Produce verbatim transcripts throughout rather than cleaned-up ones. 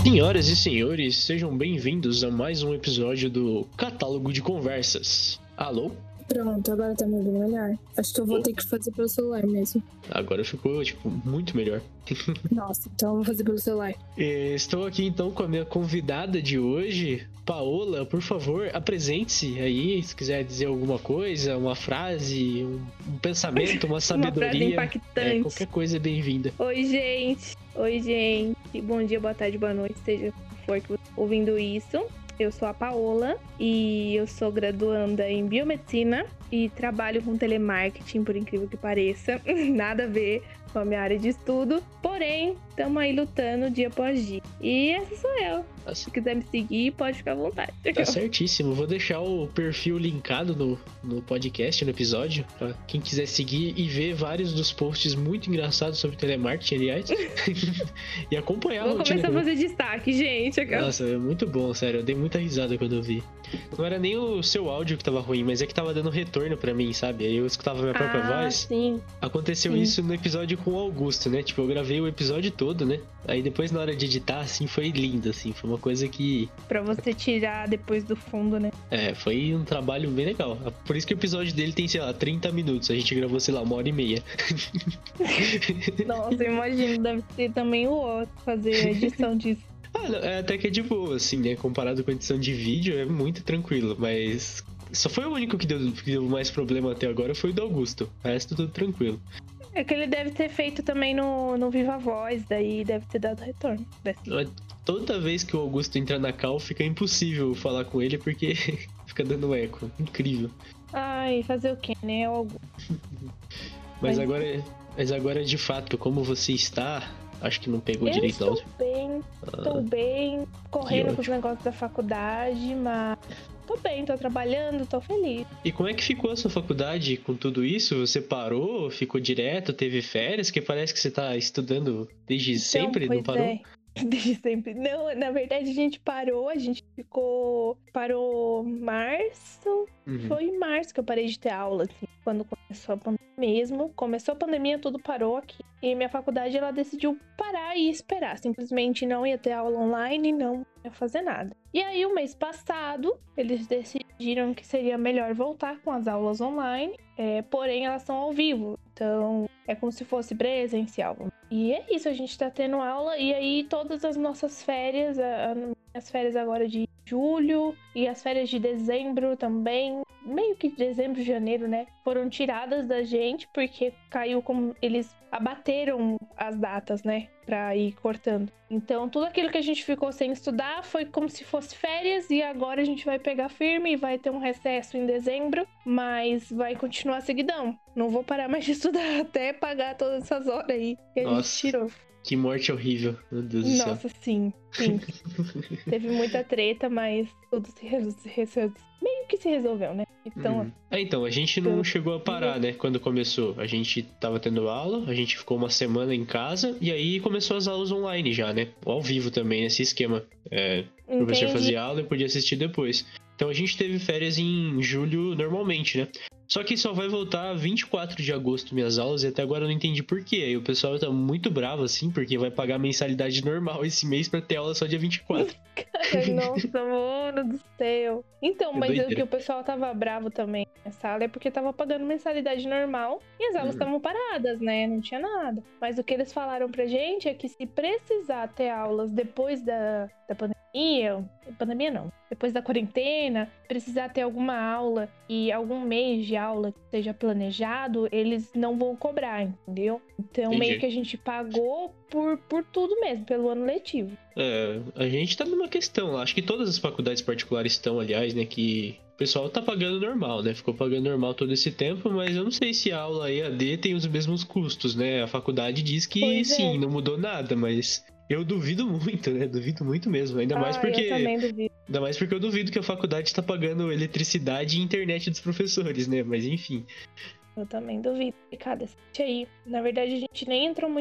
Senhoras e senhores, sejam bem-vindos a mais um episódio do Catálogo de Conversas. Alô? Pronto, agora tá me ouvindo melhor. Acho que eu vou ter que fazer pelo celular mesmo. Agora ficou, tipo, muito melhor. Nossa, então eu vou fazer pelo celular. Estou aqui, então, com a minha convidada de hoje, Paola. Por favor, apresente-se aí, se quiser dizer alguma coisa, uma frase, um, um pensamento, uma sabedoria. Uma frase impactante. É, qualquer coisa é bem-vinda. Oi, gente. Oi, gente. Bom dia, boa tarde, boa noite, seja o for que você está ouvindo isso. Eu sou a Paola e eu sou graduanda em biomedicina e trabalho com telemarketing, por incrível que pareça. Nada a ver com a minha área de estudo, porém, estamos aí lutando dia após dia. E essa sou eu. Se quiser me seguir, pode ficar à vontade. Tá certíssimo. Vou deixar o perfil linkado no, no podcast, no episódio, pra quem quiser seguir e ver vários dos posts muito engraçados sobre telemarketing, aliás. E acompanhar Vou a rotina. começar a fazer destaque, gente. Nossa, é muito bom, sério. Eu dei muita risada quando eu vi. Não era nem o seu áudio que tava ruim, mas é que tava dando retorno pra mim, sabe? Aí eu escutava a minha própria ah, voz. Sim. Aconteceu sim. isso no episódio com o Augusto, né? Tipo, eu gravei o episódio todo, né? Aí depois, na hora de editar, assim, foi lindo, assim. Foi uma coisa que... Pra você tirar depois do fundo, né? É, foi um trabalho bem legal. Por isso que o episódio dele tem, sei lá, trinta minutos. A gente gravou, sei lá, uma hora e meia. Nossa, eu imagino. Deve ser também o ó fazer a edição disso. Ah, é, até que é de boa, assim, né? Comparado com a edição de vídeo, é muito tranquilo, mas... Só foi o único que deu, que deu mais problema até agora, foi o do Augusto. O resto, tudo tranquilo. É que ele deve ter feito também no, no Viva Voz, daí deve ter dado retorno. Toda vez que o Augusto entra na call, fica impossível falar com ele, porque fica dando eco. Incrível. Ai, fazer o quê, né? É o Augusto. Mas Mas... agora, mas agora, de fato, como você está... Acho que não pegou eu direito estou áudio. bem, estou ah, bem, correndo com os ótimo. negócios da faculdade, mas tô bem, tô trabalhando, tô feliz. E como é que ficou a sua faculdade com tudo isso? Você parou, ficou direto, teve férias? Que parece que você tá estudando desde Então, sempre, pois não parou? É. Desde sempre. Não, na verdade a gente parou, a gente ficou... Parou março. Uhum. Foi em março que eu parei de ter aula, assim. Quando começou a pandemia mesmo. Começou a pandemia, tudo parou aqui. E minha faculdade, ela decidiu parar e esperar. Simplesmente não ia ter aula online, não ia fazer nada. E aí, o mês passado, eles decidiram que seria melhor voltar com as aulas online. É, porém, elas são ao vivo. Então, é como se fosse presencial. E é isso, a gente tá tendo aula. E aí, todas as nossas férias, as férias agora de julho e as férias de dezembro também, meio que dezembro, janeiro, né, foram tiradas da gente porque caiu como eles abateram as datas, né, pra ir cortando. Então tudo aquilo que a gente ficou sem estudar foi como se fosse férias e agora a gente vai pegar firme e vai ter um recesso em dezembro, mas vai continuar seguidão. Não vou parar mais de estudar até pagar todas essas horas aí que a Nossa. gente tirou. Que morte horrível, meu Deus do céu. Nossa, sim, sim. Teve muita treta, mas tudo se resolveu. Meio que se resolveu, né? Então, Uhum. É, então, a gente não eu... chegou a parar, né? Quando começou. A gente tava tendo aula, a gente ficou uma semana em casa e aí começou as aulas online já, né? Ao vivo também, esse esquema. É, o professor fazia aula e podia assistir depois. Então a gente teve férias em julho normalmente, né? Só que só vai voltar vinte e quatro de agosto minhas aulas e até agora eu não entendi por quê. Aí o pessoal tá muito bravo assim, porque vai pagar mensalidade normal esse mês pra ter aula só dia vinte e quatro. Cara, nossa, mano do céu. Então, É mas o doideira. que o pessoal tava bravo também nessa aula é porque tava pagando mensalidade normal e as aulas estavam Uhum. paradas, né? Não tinha nada. Mas o que eles falaram pra gente é que se precisar ter aulas depois da, da pandemia, pandemia não, depois da quarentena, precisar ter alguma aula e algum mês de aula que seja planejado, eles não vão cobrar, entendeu? Então, Entendi. meio que a gente pagou por, por tudo mesmo, pelo ano letivo. É, a gente tá numa questão lá. Acho que todas as faculdades particulares estão, aliás, né? Que o pessoal tá pagando normal, né? Ficou pagando normal todo esse tempo, mas eu não sei se a aula E A D tem os mesmos custos, né? A faculdade diz que Pois sim, é. não mudou nada, mas eu duvido muito, né? Duvido muito mesmo. Ainda mais Ah, porque. eu também duvido. Ainda mais porque eu duvido que a faculdade tá pagando eletricidade e internet dos professores, né? Mas enfim. Eu também duvido. E cada site aí. Na verdade, a gente nem entrou muito nessa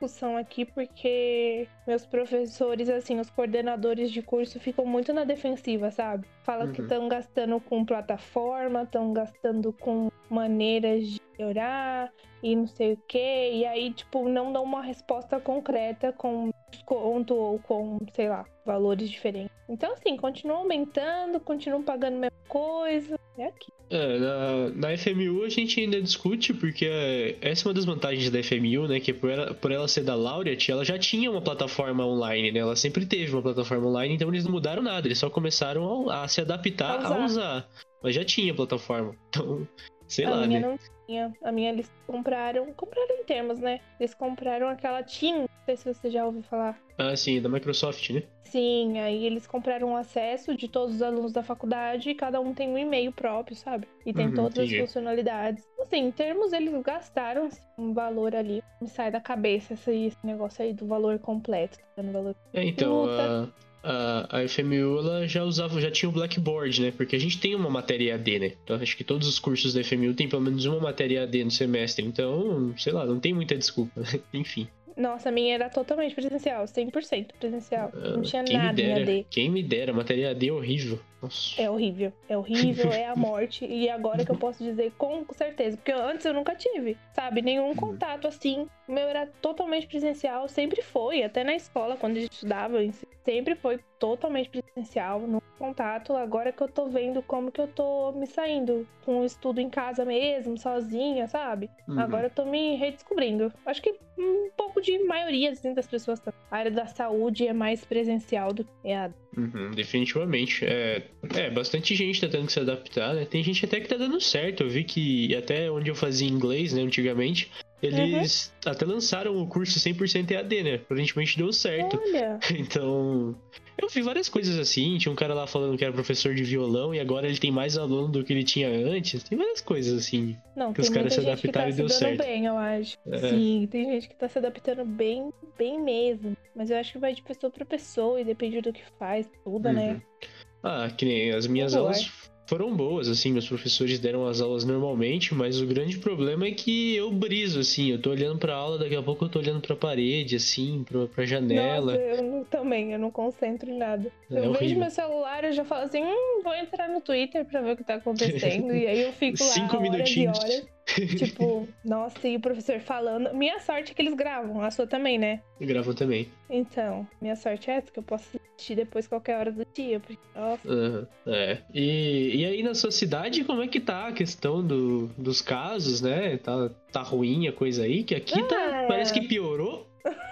discussão aqui porque meus professores, assim, os coordenadores de curso ficam muito na defensiva, sabe? Fala Uhum. que estão gastando com plataforma, estão gastando com maneiras de melhorar e não sei o quê. E aí, tipo, não dão uma resposta concreta com desconto ou com, sei lá, valores diferentes. Então, assim, continua aumentando, continuam pagando a mesma coisa. É aqui. É, na, na F M U a gente ainda discute, porque é, essa é uma das vantagens da F M U, né? Que por ela, por ela ser da Laureate, ela já tinha uma plataforma online, né? Ela sempre teve uma plataforma online, então eles não mudaram nada, eles só começaram a, a se adaptar A a usar. usar. Mas já tinha plataforma, então, sei A lá, minha né? não tinha. A minha eles compraram. Compraram em termos, né? Eles compraram aquela Team. Não sei se você já ouviu falar. Ah, sim, da Microsoft, né? Sim, aí eles compraram o acesso de todos os alunos da faculdade e cada um tem um e-mail próprio, sabe? E tem Uhum, todas as entendi. funcionalidades. Assim, em termos, eles gastaram assim, um valor ali. Me sai da cabeça esse, esse negócio aí do valor completo. Tá dando valor. É, então, Luta. a, a, a F M U ela já usava, já tinha o Blackboard, né? Porque a gente tem uma matéria E A D, né? Então acho que todos os cursos da F M U tem pelo menos uma matéria E A D no semestre. Então, sei lá, não tem muita desculpa. Enfim. Nossa, a minha era totalmente presencial, cem por cento presencial. Não tinha Quem me nada em dera, A D. quem me dera, matéria E A D é horrível. Nossa. É horrível, é horrível, é a morte. E agora que eu posso dizer com certeza, porque antes eu nunca tive, sabe, nenhum contato assim. O meu era totalmente presencial, sempre foi, até na escola, quando a gente estudava, sempre foi totalmente presencial, no contato. Agora que eu tô vendo como que eu tô me saindo com o estudo em casa mesmo, sozinha, sabe? Uhum. Agora eu tô me redescobrindo. Acho que um pouco de maioria assim, das pessoas. A área da saúde é mais presencial do que E A D. Uhum, definitivamente. É, é, bastante gente tá tendo que se adaptar, né? Tem gente até que tá dando certo. Eu vi que até onde eu fazia inglês, né, antigamente, eles uhum. até lançaram o curso cem por cento E A D, né? Aparentemente deu certo. Olha. Então, eu vi várias coisas assim. Tinha um cara lá falando que era professor de violão e agora ele tem mais aluno do que ele tinha antes. Tem várias coisas assim. Não, que tem os caras muita se gente que tá adaptaram e se deu dando certo. bem, eu acho. É. Sim, tem gente que tá se adaptando bem, bem mesmo. Mas eu acho que vai de pessoa pra pessoa e depende do que faz, tudo, Uhum. né? Ah, que nem as minhas Horror. aulas foram boas, assim, meus professores deram as aulas normalmente, mas o grande problema é que eu briso, assim, eu tô olhando pra aula, daqui a pouco eu tô olhando pra parede, assim, pra, pra janela. Nossa, eu não, também, eu não concentro em nada. É eu horrível. vejo meu celular e já falo assim, hum, vou entrar no Twitter pra ver o que tá acontecendo. E aí eu fico lá Cinco horas minutinhos. e horas. Tipo, nossa, e o professor falando. Minha sorte é que eles gravam, a sua também, né? Gravam também. Então, minha sorte é essa, que eu posso assistir depois qualquer hora do dia. Porque, nossa. Uhum, é. E, e aí na sua cidade, como é que tá a questão do, dos casos, né? Tá, tá ruim a coisa aí? Que aqui Ah, tá, parece que piorou.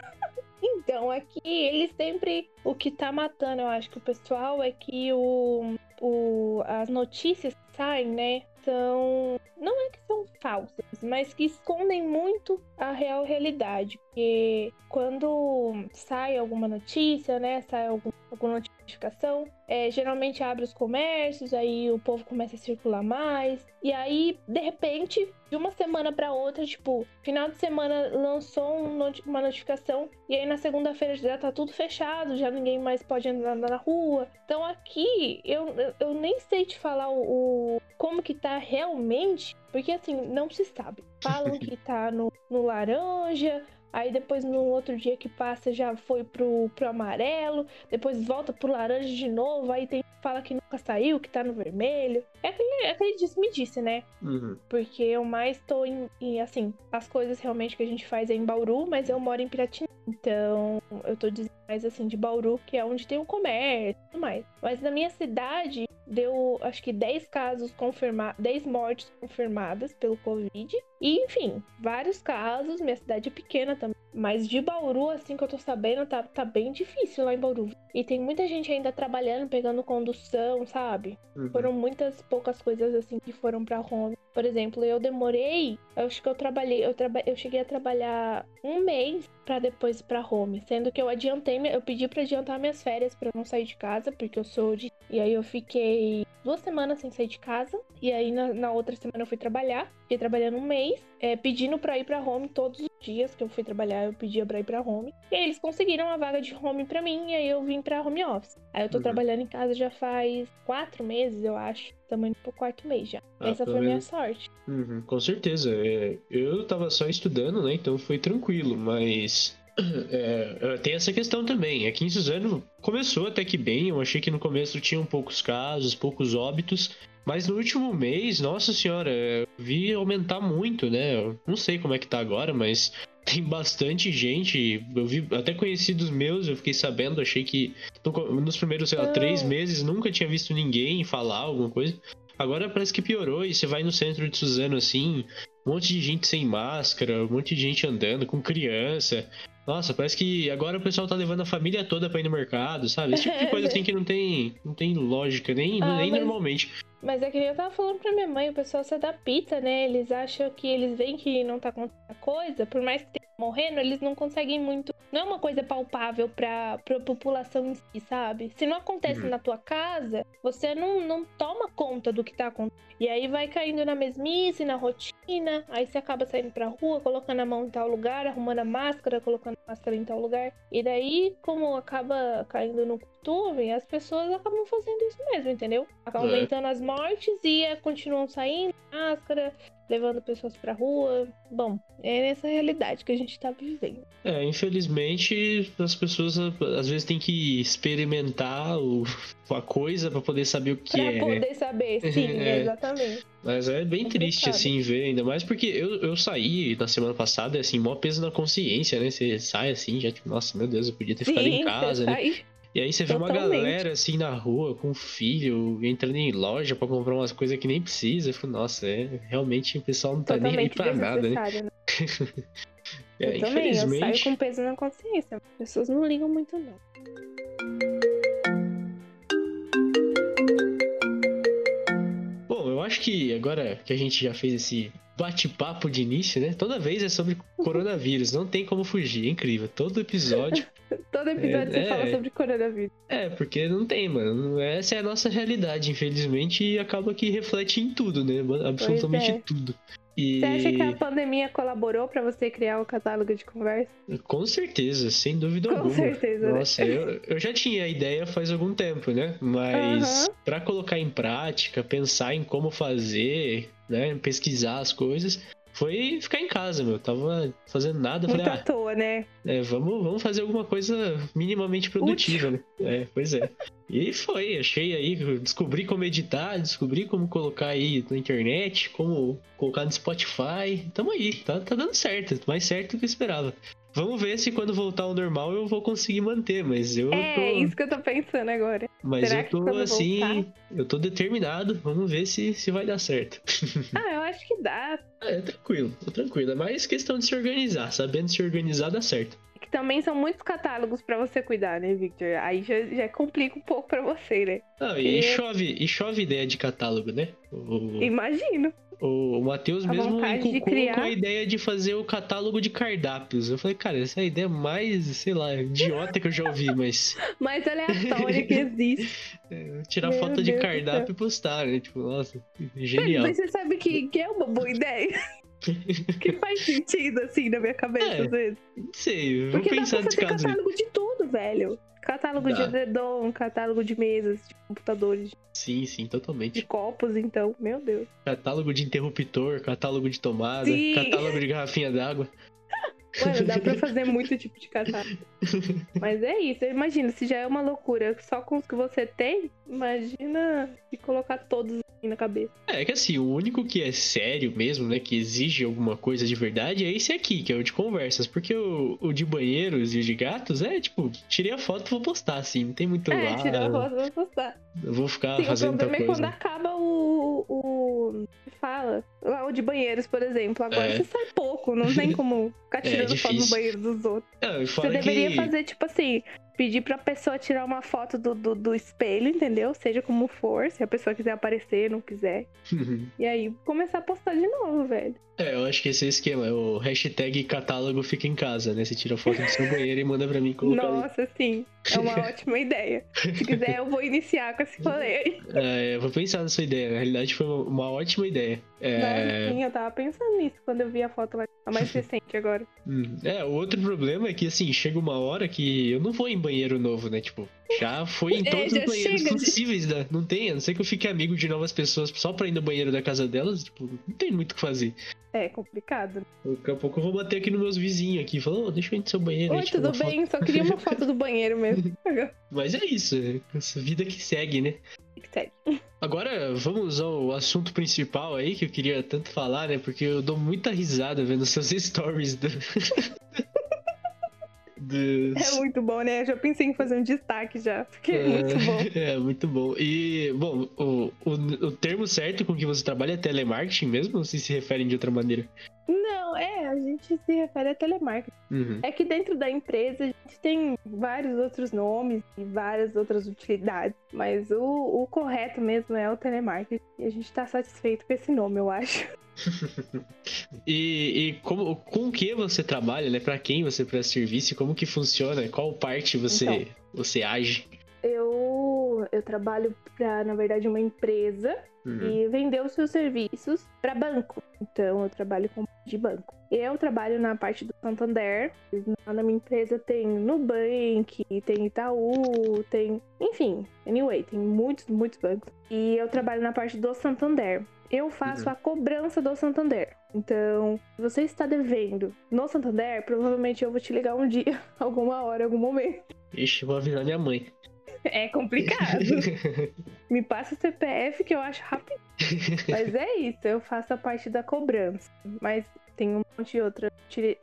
Então, aqui eles sempre. O que tá matando, eu acho que o pessoal é que o, o, as notícias que saem, né? São. Não é que são falsas, mas que escondem muito a real realidade. Porque quando sai alguma notícia, né? Sai algum, alguma notificação, é, geralmente abre os comércios, aí o povo começa a circular mais. E aí, de repente, de uma semana pra outra, tipo, final de semana lançou um not- uma notificação, e aí na segunda-feira já tá tudo fechado, já ninguém mais pode andar na rua. Então aqui, eu, eu, eu nem sei te falar o, o como que tá realmente, porque assim, não se sabe. Falam que tá no, no laranja, aí depois no outro dia que passa já foi pro, pro amarelo, depois volta pro laranja de novo, aí tem fala que nunca saiu, que tá no vermelho. É aquele, é aquele disse-me-disse, né? Uhum. Porque eu mais tô em, em, assim, as coisas realmente que a gente faz é em Bauru, mas eu moro em Piratininga. Então, eu tô dizendo mais assim de Bauru, que é onde tem o comércio e tudo mais. Mas na minha cidade, deu acho que dez casos confirmados, dez mortes confirmadas pelo Covid. E, enfim, vários casos. Minha cidade é pequena também. Mas de Bauru, assim que eu tô sabendo, tá, tá bem difícil lá em Bauru. E tem muita gente ainda trabalhando, pegando condução, sabe? Uhum. Foram muitas poucas coisas assim que foram pra home. Por exemplo, eu demorei, eu acho que eu trabalhei, eu, traba, eu cheguei a trabalhar um mês pra depois ir pra home. Sendo que eu adiantei, eu pedi pra adiantar minhas férias pra não sair de casa, porque eu sou de... E aí eu fiquei duas semanas sem sair de casa. E aí na, na outra semana eu fui trabalhar. Fiquei trabalhando um mês, é, pedindo pra ir pra home todos os dias que eu fui trabalhar, eu pedia pra ir pra home. E aí eles conseguiram uma vaga de home pra mim, e aí eu vim pra home office. Aí eu tô Uhum. trabalhando em casa já faz quatro meses, eu acho. Estamos indo pro quarto mês já. Ah, Essa pelo foi a minha menos- sorte. Uhum, com certeza. É, eu tava só estudando, né? Então foi tranquilo, mas É, tem essa questão também. Aqui em Suzano começou até que bem. Eu achei que no começo tinham poucos casos, poucos óbitos. Mas no último mês, nossa senhora, eu vi aumentar muito, né? Eu não sei como é que tá agora, mas tem bastante gente. Eu vi até conhecidos meus, eu fiquei sabendo, achei que no- nos primeiros, sei lá, Ah. três meses nunca tinha visto ninguém falar alguma coisa. Agora parece que piorou e você vai no centro de Suzano assim, um monte de gente sem máscara, um monte de gente andando com criança. Nossa, parece que agora o pessoal tá levando a família toda pra ir no mercado, sabe? Esse tipo de coisa assim que não tem, não tem lógica, nem, Ah, nem mas- normalmente. Mas é que nem eu tava falando pra minha mãe, o pessoal se adapta, né? Eles acham que eles veem que não tá acontecendo coisa, por mais que esteja morrendo, eles não conseguem muito. Não é uma coisa palpável pra, pra população em si, sabe? Se não acontece Uhum. na tua casa, você não, não toma conta do que tá acontecendo. E aí vai caindo na mesmice, na rotina, aí você acaba saindo pra rua, colocando a mão em tal lugar, arrumando a máscara, colocando a máscara em tal lugar. E daí, como acaba caindo no costume, as pessoas acabam fazendo isso mesmo, entendeu? Acabam É. aumentando as mortes e eh, continuam saindo, máscara, levando pessoas pra rua. Bom, é nessa realidade que a gente tá vivendo. É, infelizmente as pessoas às vezes têm que experimentar o, a coisa pra poder saber o que Pra é, né? poder saber, sim, É. exatamente. Mas é bem Complicado. triste, assim, ver, ainda mais porque eu, eu saí na semana passada, assim, mó peso na consciência, né? Você sai assim, já tipo, nossa, meu Deus, eu podia ter ficado em Sim, casa, você né? sai. E aí você vê uma Totalmente. galera, assim, na rua, com filho, entrando em loja pra comprar umas coisas que nem precisa. Eu falo, nossa, é, realmente o pessoal não tá nem aí Totalmente pra nada, né? desnecessário, né? É, Eu também, eu saio infelizmente... com peso na consciência. As pessoas não ligam muito, não. Bom, eu acho que agora que a gente já fez esse bate-papo de início, né? Toda vez é sobre coronavírus, não tem como fugir, é incrível. Todo episódio. Todo episódio É, você fala é. sobre coronavírus. É, porque não tem, mano. Essa é a nossa realidade, infelizmente, e acaba que reflete em tudo, né? Absolutamente é. tudo. E Você acha que a pandemia colaborou pra você criar o catálogo de conversa? com certeza, sem dúvida Com alguma. certeza, né? Nossa, eu, eu já tinha a ideia faz algum tempo, né? Mas Aham. pra colocar em prática, pensar em como fazer, né? Pesquisar as coisas, foi ficar em casa, meu. Tava fazendo nada, Muito falei, à ah, toa, né? é, vamos, vamos fazer alguma coisa minimamente produtiva, Útil. né? É, pois é. E foi, achei aí, descobri como editar, descobri como colocar aí na internet, como colocar no Spotify. Tamo aí, tá, tá dando certo, mais certo do que eu esperava. Vamos ver se quando voltar ao normal eu vou conseguir manter, mas eu É, tô. isso que eu tô pensando agora. Mas Será eu que tô quando assim, voltar? eu tô determinado, vamos ver se, se vai dar certo. Ah, eu acho que dá. É, tranquilo, tô tranquilo. É mais questão de se organizar, sabendo se organizar dá certo. Que também são muitos catálogos pra você cuidar, né, Victor? Aí já, já complica um pouco pra você, né? Não, Porque- e chove, e chove ideia de catálogo, né? O, Imagino. o Matheus A mesmo vontade de inculcou criar. com a ideia de fazer o catálogo de cardápios. Eu falei, cara, essa é a ideia mais, sei lá, idiota que eu já ouvi, mas Mais aleatória que existe. é, tirar Meu foto de Deus do cardápio e postar, né? Tipo, nossa, Velho, genial. mas você sabe que, que é uma boa ideia? Que faz sentido, assim, na minha cabeça, É, às vezes. Não sei, vou Porque dá pra pensar nesse fazer caso aí. catálogo de tudo, velho. Catálogo de Dá. edredom, catálogo de mesas, de computadores, Sim, sim, de totalmente. copos, então. Meu Deus. Catálogo de interruptor, catálogo de tomada, Sim. catálogo de garrafinha d'água. Mano, dá pra fazer muito tipo de catálogo. Mas é isso, imagina, se já é uma loucura só com os que você tem, imagina se colocar todos assim na cabeça. É que assim, o único que é sério mesmo, né, que exige alguma coisa de verdade é esse aqui, que é o de conversas. Porque o, o de banheiros e o de gatos é tipo, tirei a foto e vou postar, assim, não tem muito É, lá. tirou a foto e vou postar. Eu vou ficar Sim, o fazendo problema tal é coisa. quando acaba o. o. que fala? Lá, o de banheiros, por exemplo. Agora É. você sai pouco, não tem como ficar É, tirando foto no difícil. banheiro dos outros. Não, e Você fora deveria que... fazer, tipo assim, pedir pra pessoa tirar uma foto do, do, do espelho, entendeu? Seja como for, se a pessoa quiser aparecer, não quiser. E aí, começar a postar de novo, velho. É, eu acho que esse é o esquema, é o hashtag catálogo fica em casa, né? Você tira a foto do seu banheiro e manda pra mim colocar ali. Nossa, sim. É uma ótima ideia. Se quiser, eu vou iniciar com esse rolê aí. É, eu vou pensar nessa ideia, na realidade foi uma, uma ótima ideia. É... Nossa, sim, eu tava pensando nisso quando eu vi a foto lá. A mais recente agora. Hum, É, o outro problema é que, assim, chega uma hora que eu não vou em banheiro novo, né? Tipo, Já foi em todos é, os banheiros chega, possíveis, né? Não tem, a não ser que eu fique amigo de novas pessoas só pra ir no banheiro da casa delas, tipo, não tem muito o que fazer. É complicado. Daqui a pouco eu vou bater aqui nos meus vizinhos aqui, falando, oh, deixa eu ir no seu banheiro. Oi, tudo bem? Foto. Só queria uma foto do banheiro mesmo. Mas é isso, essa vida que segue, né? Que segue. Agora, vamos ao assunto principal aí, que eu queria tanto falar, né? Porque eu dou muita risada vendo seus stories do... Dos... É muito bom, né? Eu já pensei em fazer um destaque já, porque é, é muito bom. É, muito bom. E, bom, o, o, o termo certo com que você trabalha é telemarketing mesmo? Ou se se referem de outra maneira? Não, é, a gente se refere a telemarketing. Uhum. É que dentro da empresa a gente tem vários outros nomes e várias outras utilidades, mas o, o correto mesmo é o telemarketing. E a gente tá satisfeito com esse nome, eu acho. e e como, com o que você trabalha, né? Pra quem você presta serviço? Como que funciona? Qual parte você, então, você age? Eu, eu trabalho pra, na verdade, uma empresa uhum. e vender os seus serviços pra banco. Então, eu trabalho com de banco. Eu trabalho na parte do Santander. Na minha empresa tem Nubank, tem Itaú, tem... Enfim, anyway, tem muitos, muitos bancos. E eu trabalho na parte do Santander. Eu faço uhum. a cobrança do Santander. Então, se você está devendo no Santander, provavelmente eu vou te ligar um dia, alguma hora, algum momento. Ixi, vou avisar minha mãe. É complicado. Me passa o C P F que eu acho rápido. Mas é isso, eu faço a parte da cobrança. Mas tem um monte de outras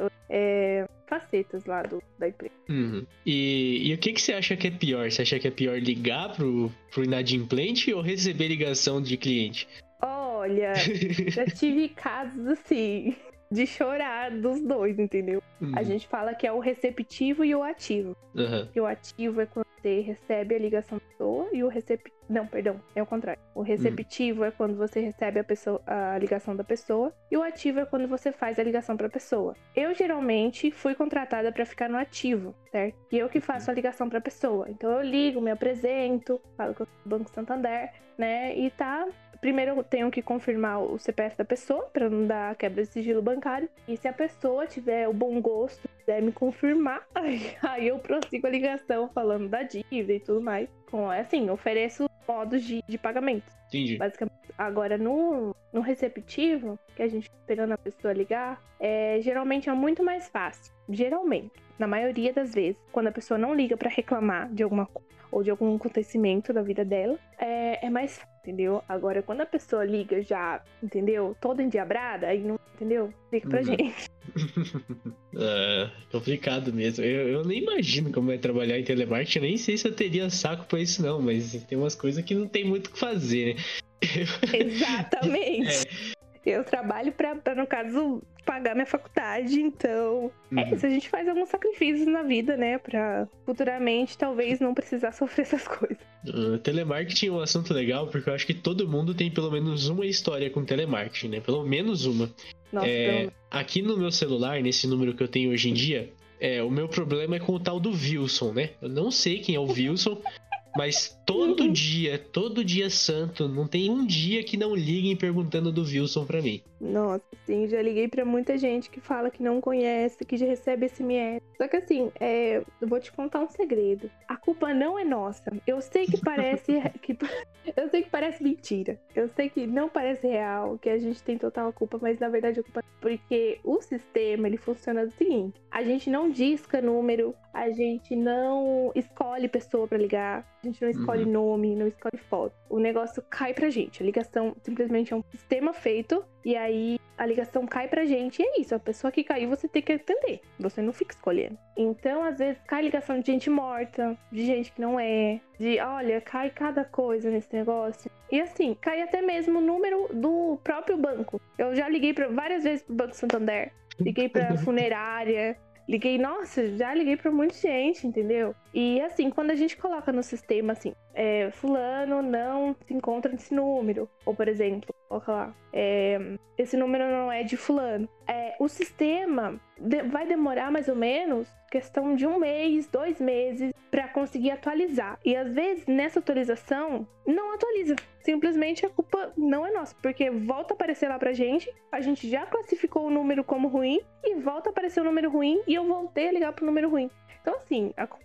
é, facetas lá do, da empresa. Uhum. E, e o que, que você acha que é pior? Você acha que é pior ligar pro, pro inadimplente ou receber ligação de cliente? Olha, já tive casos assim, de chorar dos dois, entendeu? Uhum. A gente fala que é o receptivo e o ativo. Uhum. E o ativo é quando você recebe a ligação da pessoa e o receptivo... Não, perdão, é o contrário. O receptivo uhum. é quando você recebe a, pessoa, a ligação da pessoa e o ativo é quando você faz a ligação pra pessoa. Eu, geralmente, fui contratada pra ficar no ativo, certo? E eu que faço a ligação pra pessoa. Então eu ligo, me apresento, falo que eu sou do Banco Santander, né? E tá... Primeiro eu tenho que confirmar o C P F da pessoa, pra não dar quebra de sigilo bancário. E se a pessoa tiver o bom gosto, quiser me confirmar, aí, aí eu prossigo a ligação falando da dívida e tudo mais. Com, assim, ofereço modos de, de pagamento. Entendi. Basicamente. Agora, no, no receptivo, que a gente tá esperando a pessoa ligar, é, geralmente é muito mais fácil. Geralmente. Na maioria das vezes, quando a pessoa não liga pra reclamar de alguma coisa ou de algum acontecimento da vida dela, é, é mais fácil, entendeu? Agora, quando a pessoa liga já, entendeu? Toda endiabrada, aí não, entendeu? Liga pra uhum. gente. É complicado mesmo. Eu, eu nem imagino como é trabalhar em telemarketing. Eu nem sei se eu teria saco pra isso, não. Mas tem umas coisas que não tem muito o que fazer, né? Exatamente. É. Eu trabalho pra, pra, no caso, pagar minha faculdade, então... Uhum. É isso, a gente faz alguns sacrifícios na vida, né? Pra futuramente, talvez, não precisar sofrer essas coisas. Uh, telemarketing é um assunto legal, porque eu acho que todo mundo tem pelo menos uma história com telemarketing, né? Pelo menos uma. Nossa, é, pelo... Aqui no meu celular, nesse número que eu tenho hoje em dia, é, o meu problema é com o tal do Wilson, né? Eu não sei quem é o Wilson... Mas todo uhum. dia, todo dia santo, não tem um dia que não liguem perguntando do Wilson pra mim. Nossa, sim, já liguei pra muita gente que fala que não conhece, que já recebe S M S. Só que assim, é, eu vou te contar um segredo. A culpa não é nossa. Eu sei que parece... que, eu sei que parece mentira. Eu sei que não parece real, que a gente tem total culpa, mas na verdade a culpa é porque o sistema, ele funciona do seguinte. A gente não disca número, a gente não escolhe pessoa pra ligar, a gente não escolhe uhum. nome, não escolhe foto. O negócio cai pra gente. A ligação simplesmente é um sistema feito e aí a ligação cai pra gente e é isso. A pessoa que caiu você tem que atender. Você não fica escolhendo. Então, às vezes, cai ligação de gente morta, de gente que não é, de, olha, cai cada coisa nesse negócio. E assim, cai até mesmo o número do próprio banco. Eu já liguei pra, várias vezes pro Banco Santander, liguei pra funerária, liguei, nossa, já liguei pra muita gente, entendeu? E assim, quando a gente coloca no sistema assim, é, fulano não se encontra nesse número. Ou, por exemplo, coloca lá, é, esse número não é de fulano. É, o sistema de, vai demorar mais ou menos questão de um mês, dois meses pra conseguir atualizar. E às vezes, nessa atualização, não atualiza. Simplesmente a culpa não é nossa, porque volta a aparecer lá pra gente, a gente já classificou o número como ruim, e volta a aparecer o número ruim, e eu voltei a ligar pro número ruim. Então, assim, a culpa não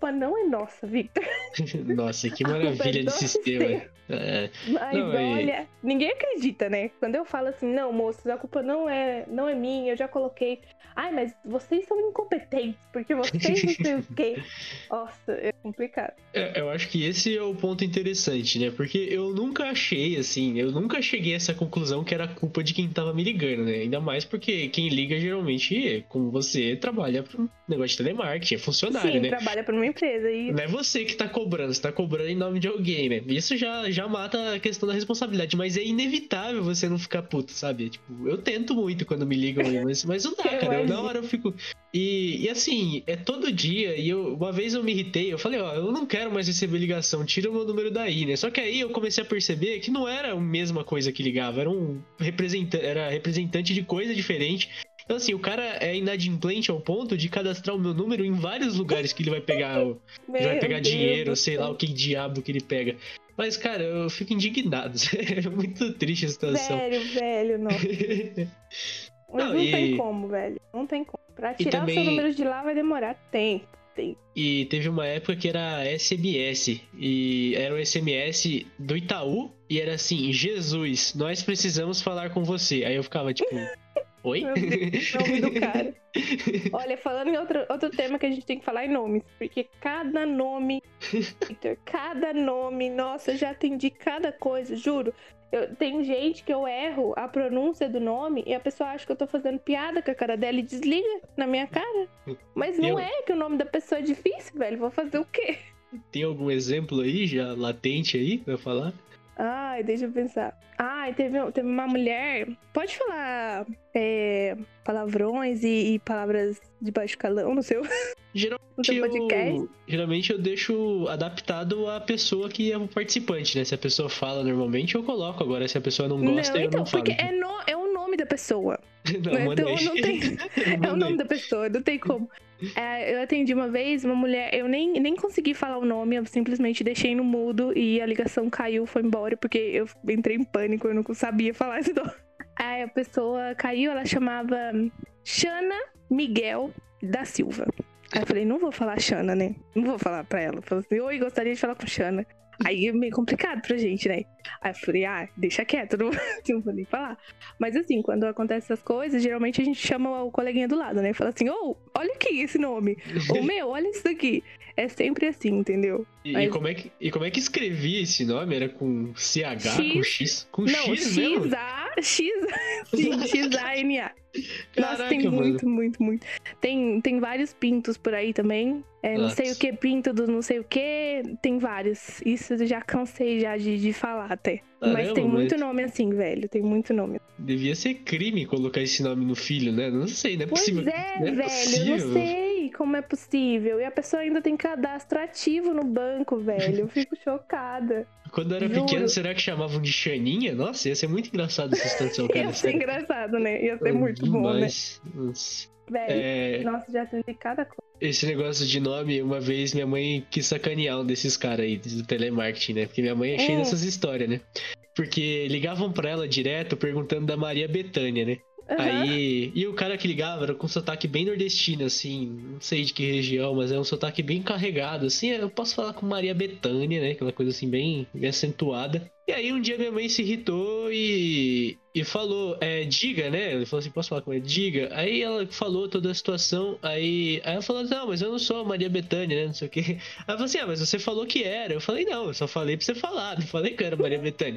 é nossa, Victor. Nossa, que maravilha de sistema. É. Mas não, olha, e... ninguém acredita, né? Quando eu falo assim, não, moços, a culpa não é, não é minha, eu já coloquei. Ai, mas vocês são incompetentes, porque vocês não sei o quê. Nossa, é complicado. É, eu acho que esse é o ponto interessante, né? Porque eu nunca achei, assim, eu nunca cheguei a essa conclusão que era culpa de quem tava me ligando, né? Ainda mais porque quem liga geralmente, como você, trabalha para um negócio de telemarketing, é funcionário, Sim, né? trabalha para uma empresa. E... não é você que tá cobrando, você tá cobrando em nome de alguém, né? Isso já, já mata a questão da responsabilidade, mas é inevitável você não ficar puto, sabe? Tipo, eu tento muito quando me ligam aí, mas, mas não dá, cara. Eu, na hora eu fico... E, e assim, é todo dia, e eu, uma vez eu me irritei, eu falei, ó, eu não quero mais receber ligação, tira o meu número daí, né? Só que aí eu comecei a perceber que não era a mesma coisa que ligava, era um representante, era representante de coisa diferente. Então, assim, o cara é inadimplente ao ponto de cadastrar o meu número em vários lugares que ele vai pegar, ele vai pegar dinheiro, sei lá o que diabo que ele pega. Mas, cara, eu fico indignado. É muito triste a situação. Velho, velho, não. Mas não, não e... tem como, velho. Não tem como. Pra tirar também... o seu número de lá vai demorar tempo. Tem. E teve uma época que era S M S. E era o S M S do Itaú. E era assim, Jesus, nós precisamos falar com você. Aí eu ficava tipo... Oi? Meu Deus, nome do cara. Olha, falando em outro, outro tema que a gente tem que falar em nomes. Porque cada nome, Victor, cada nome, nossa, eu já atendi cada coisa, juro. Eu, tem gente que eu erro a pronúncia do nome e a pessoa acha que eu tô fazendo piada com a cara dela e desliga na minha cara. Mas não eu... é que o nome da pessoa é difícil, velho. Vou fazer o quê? Tem algum exemplo aí, já latente aí, pra falar? Ai, deixa eu pensar. Ai, teve, teve uma mulher... Pode falar é, palavrões e, e palavras de baixo calão no seu, geralmente no seu podcast? Eu, geralmente eu deixo adaptado à pessoa que é o participante, né? Se a pessoa fala normalmente, eu coloco. Agora, se a pessoa não gosta, não, eu então, não falo. Porque é, no, é o nome da pessoa. Não, então não tem... É o nome da pessoa, não tem como. É, eu atendi uma vez uma mulher, eu nem, nem consegui falar o nome, eu simplesmente deixei no mudo e a ligação caiu, foi embora, porque eu entrei em pânico, eu não sabia falar esse nome. Aí a pessoa caiu, ela chamava Xana Miguel da Silva. Aí eu falei, não vou falar Xana, né? Não vou falar pra ela. Eu falei assim, oi, gostaria de falar com Xana. Aí é meio complicado pra gente, né? Aí eu falei, ah, deixa quieto, não, não vou nem falar. Mas assim, quando acontecem essas coisas, geralmente a gente chama o coleguinha do lado, né? Fala assim, ô, oh, olha aqui esse nome. Ou, meu, olha isso daqui. É sempre assim, entendeu? E, Mas... e, como é que, e como é que escrevia esse nome? Era com C H, X... com X? Com não, X mesmo? X A, X, sim, X A N A. Nossa, Caraca, tem mano. muito, muito, muito. Tem, tem vários pintos por aí também. É, não sei o que, pinto do não sei o que. Tem vários. Isso eu já cansei já de, de falar até. Caramba, mas tem muito mas... nome assim, velho. Tem muito nome. Devia ser crime colocar esse nome no filho, né? Não sei, não é pois possível. é, não é velho. possível. Eu não sei como é possível. E a pessoa ainda tem cadastro ativo no banco, velho. Eu fico chocada. Quando eu era Juro. pequeno, será que chamavam de Xaninha? Nossa, ia ser muito engraçado essa situação, cara. Ia ser sério. engraçado, né? Ia ser É muito demais. bom, né? Nossa. Velho, É... nossa, já atendi cada coisa. Esse negócio de nome, uma vez minha mãe quis sacanear um desses caras aí, do telemarketing, né? Porque minha mãe é cheia Hum. dessas histórias, né? Porque ligavam pra ela direto perguntando da Maria Bethânia, né? Uhum. Aí, e o cara que ligava era com um sotaque bem nordestino, assim, não sei de que região, mas é um sotaque bem carregado, assim, eu posso falar com Maria Bethânia, né, aquela coisa assim bem, bem acentuada. E aí um dia minha mãe se irritou e, e falou, é, diga, né, ele falou assim, posso falar com ela? Diga. Aí ela falou toda a situação, aí, aí ela falou, não, mas eu não sou a Maria Bethânia, né, não sei o quê. Aí ela falou assim, ah, mas você falou que era. Eu falei, não, eu só falei pra você falar, não falei que eu era Maria Bethânia.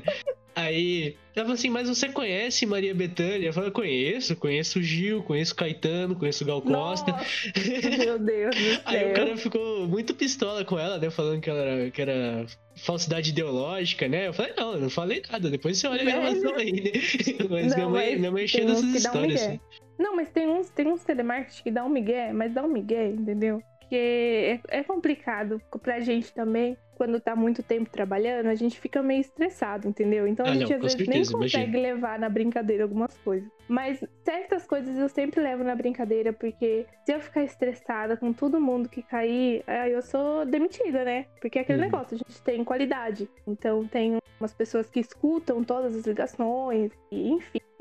Aí ela falou assim, mas você conhece Maria Bethânia? Eu falei, conheço, conheço o Gil, conheço o Caetano, conheço o Gal Costa. Nossa, meu Deus do céu. Aí o cara ficou muito pistola com ela, né? Falando que ela era, que era falsidade ideológica, né? Eu falei, não, eu não falei nada. Depois você olha a gravação aí, né? Mas, não, minha, mãe, mas minha mãe é cheia dessas um histórias, assim. Não, mas tem uns, tem uns telemarketing que dá um migué, mas dá um migué, entendeu? Porque é, é complicado pra gente também. Quando tá muito tempo trabalhando, a gente fica meio estressado, entendeu? Então Ah, a gente não, às com vezes certeza, nem consegue imagino. levar na brincadeira algumas coisas. Mas certas coisas eu sempre levo na brincadeira, porque se eu ficar estressada com todo mundo que cair, aí eu sou demitida, né? Porque é aquele Uhum. negócio, a gente tem qualidade. Então tem umas pessoas que escutam todas as ligações, e enfim.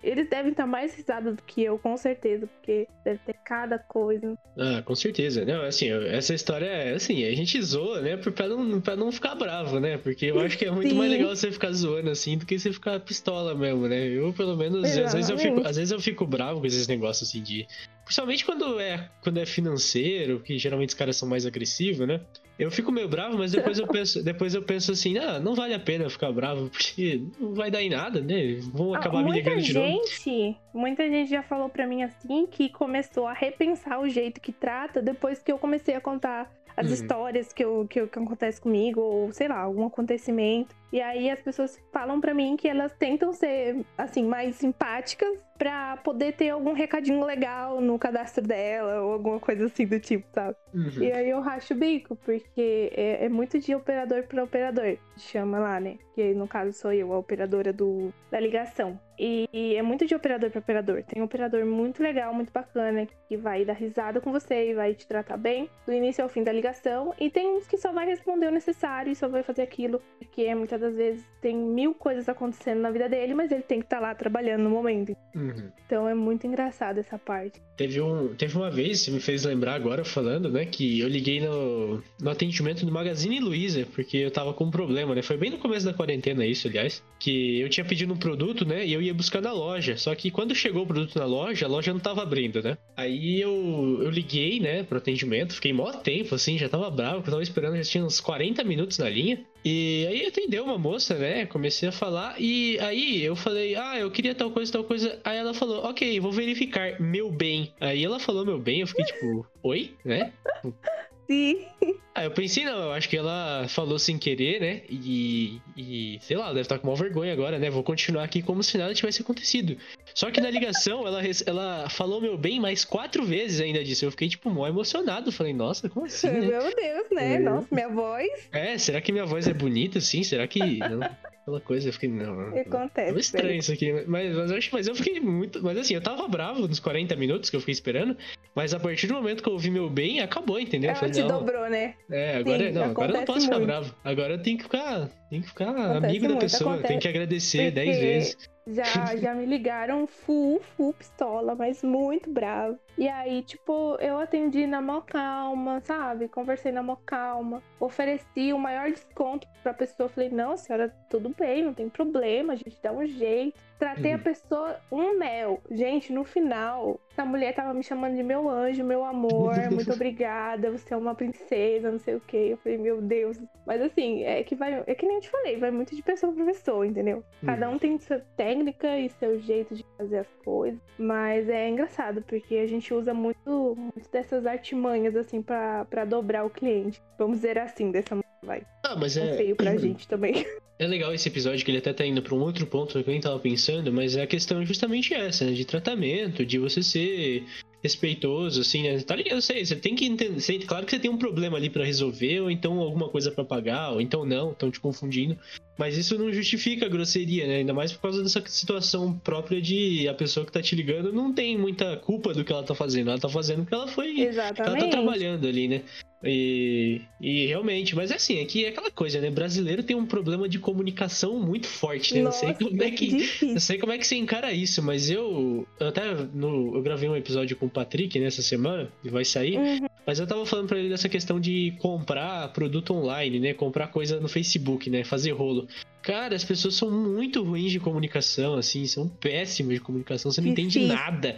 eles devem estar mais risados do que eu, com certeza, porque deve ter cada coisa. Ah, com certeza. Não, assim, essa história é assim, a gente zoa, né, pra não, pra não ficar bravo, né? Porque eu acho que é muito Sim. mais legal você ficar zoando assim do que você ficar pistola mesmo, né? Eu, pelo menos, às vezes eu, fico, às vezes eu fico bravo com esses negócios assim de. Principalmente quando é, quando é financeiro, que geralmente os caras são mais agressivos, né? Eu fico meio bravo, mas depois eu penso, depois eu penso assim, ah, não vale a pena ficar bravo, porque não vai dar em nada, né? Vão acabar ah, me ligando de novo. Muita gente, muita gente já falou pra mim assim, que começou a repensar o jeito que trata depois que eu comecei a contar as uhum. histórias que, eu, que, que acontece comigo, ou sei lá, algum acontecimento. E aí as pessoas falam pra mim que elas tentam ser, assim, mais simpáticas pra poder ter algum recadinho legal no cadastro dela, ou alguma coisa assim do tipo, sabe? Uhum. E aí eu racho o bico, porque é, é muito de operador pra operador, chama lá, né? Que no caso sou eu, a operadora do, da ligação. E, e é muito de operador pra operador. Tem um operador muito legal, muito bacana, que vai dar risada com você e vai te tratar bem do início ao fim da ligação. E tem uns que só vai responder o necessário e só vai fazer aquilo, porque muitas das vezes tem mil coisas acontecendo na vida dele, mas ele tem que estar tá lá trabalhando no momento. Uhum. Então é muito engraçado essa parte. Teve, um, teve uma vez, você me fez lembrar agora falando, né, que eu liguei no, no atendimento do Magazine Luiza, porque eu tava com um problema, né? Foi bem no começo da quarentena isso, aliás, que eu tinha pedido um produto, né, e eu ia buscar na loja, só que quando chegou o produto na loja, a loja não tava abrindo, né? Aí eu, eu liguei, né, pro atendimento, fiquei mó tempo, assim, já tava bravo, porque eu tava esperando, já tinha uns quarenta minutos na linha. E aí atendeu uma moça, né? Comecei a falar e aí eu falei, ah, eu queria tal coisa, tal coisa. Aí ela falou, ok, vou verificar, meu bem. Aí ela falou meu bem, eu fiquei tipo, oi? Né? Sim. Aí eu pensei, não, eu acho que ela falou sem querer, né? E, e sei lá, deve estar com maior vergonha agora, né? Vou continuar aqui como se nada tivesse acontecido. Só que na ligação, ela, ela falou meu bem mais quatro vezes ainda disso. Eu fiquei, tipo, mó emocionado. Falei, nossa, como assim, né? Meu Deus, né? É. Nossa, minha voz. É, será que minha voz é bonita, assim? Será que... Não? Aquela coisa, eu fiquei, não... Acontece. É estranho velho. Isso aqui. Mas, mas, eu acho, mas eu fiquei muito... Mas assim, eu tava bravo nos quarenta minutos que eu fiquei esperando. Mas a partir do momento que eu ouvi meu bem, acabou, entendeu? Ela Falei, te não, dobrou, né? É, agora, Sim, não, agora eu não posso muito. ficar bravo. Agora eu tenho que ficar, tenho que ficar acontece amigo muito, da pessoa. acontece. Tenho que agradecer dez vezes. Já, já me ligaram full, full pistola, mas muito bravo. E aí, tipo, eu atendi na mó calma, sabe? Conversei na mó calma. Ofereci o maior desconto pra pessoa. Falei, não, senhora, tudo bem, não tem problema, a gente dá um jeito. Tratei uhum. a pessoa um mel. Gente, no final, essa mulher tava me chamando de meu anjo, meu amor, muito obrigada, você é uma princesa, não sei o quê. Eu falei, meu Deus. Mas assim, é que vai, é que nem eu te falei, vai muito de pessoa pra pessoa, entendeu? Cada um tem sua técnica e seu jeito de fazer as coisas. Mas é engraçado, porque a gente usa muito, muito dessas artimanhas, assim, pra, pra dobrar o cliente. Vamos dizer assim, dessa maneira, vai. Ah, mas é... é feio pra gente também. É legal esse episódio que ele até tá indo pra um outro ponto que eu nem tava pensando, mas a questão é justamente essa, né? De tratamento, de você ser respeitoso, assim, né? Tá ligado? Eu sei, você tem que entender. Você, claro que você tem um problema ali pra resolver, ou então alguma coisa pra pagar, ou então não, estão te confundindo. Mas isso não justifica a grosseria, né? Ainda mais por causa dessa situação própria de a pessoa que tá te ligando não tem muita culpa do que ela tá fazendo. Ela tá fazendo o que ela foi. Exatamente. Ela tá trabalhando ali, né? E, e realmente, mas é assim, aqui é aquela coisa, né? Brasileiro tem um problema de comunicação muito forte, né? Nossa, não sei como é que. difícil. Não sei como é que você encara isso, mas eu. eu até no, eu gravei um episódio com o Patrick nessa semana, e vai sair. Uhum. Mas eu tava falando pra ele dessa questão de comprar produto online, né? Comprar coisa no Facebook, né? Fazer rolo. Cara, as pessoas são muito ruins de comunicação, assim, são péssimas de comunicação, você não Difícil. entende nada.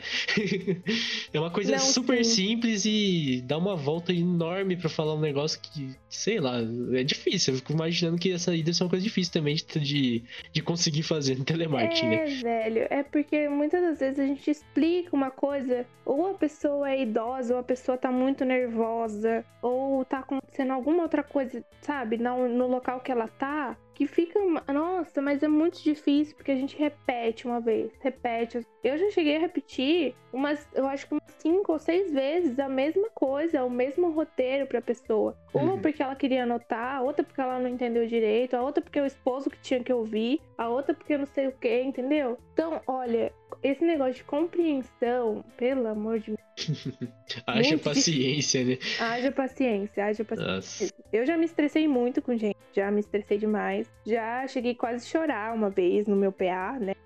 É uma coisa Não, super sim. simples e dá uma volta enorme pra falar um negócio que, sei lá, é difícil. Eu fico imaginando que essa ida é uma coisa difícil também de, de, de conseguir fazer no telemarketing, É, né? velho, é porque muitas das vezes a gente explica uma coisa, ou a pessoa é idosa, ou a pessoa tá muito nervosa, ou tá acontecendo alguma outra coisa, sabe, no, no local que ela tá, que fica, nossa, mas é muito difícil, porque a gente repete uma vez, repete. Eu já cheguei a repetir umas, eu acho que umas cinco ou seis vezes a mesma coisa, o mesmo roteiro pra pessoa. Uma Uhum. porque ela queria anotar, a outra porque ela não entendeu direito, a outra porque o esposo que tinha que ouvir, a outra porque não sei o que, entendeu? Então, olha, esse negócio de compreensão, pelo amor de Deus. Haja Muito paciência, né? Haja paciência, haja paciência. Nossa. Eu já me estressei muito com gente, já me estressei demais. Já cheguei quase a chorar uma vez no meu P A, né?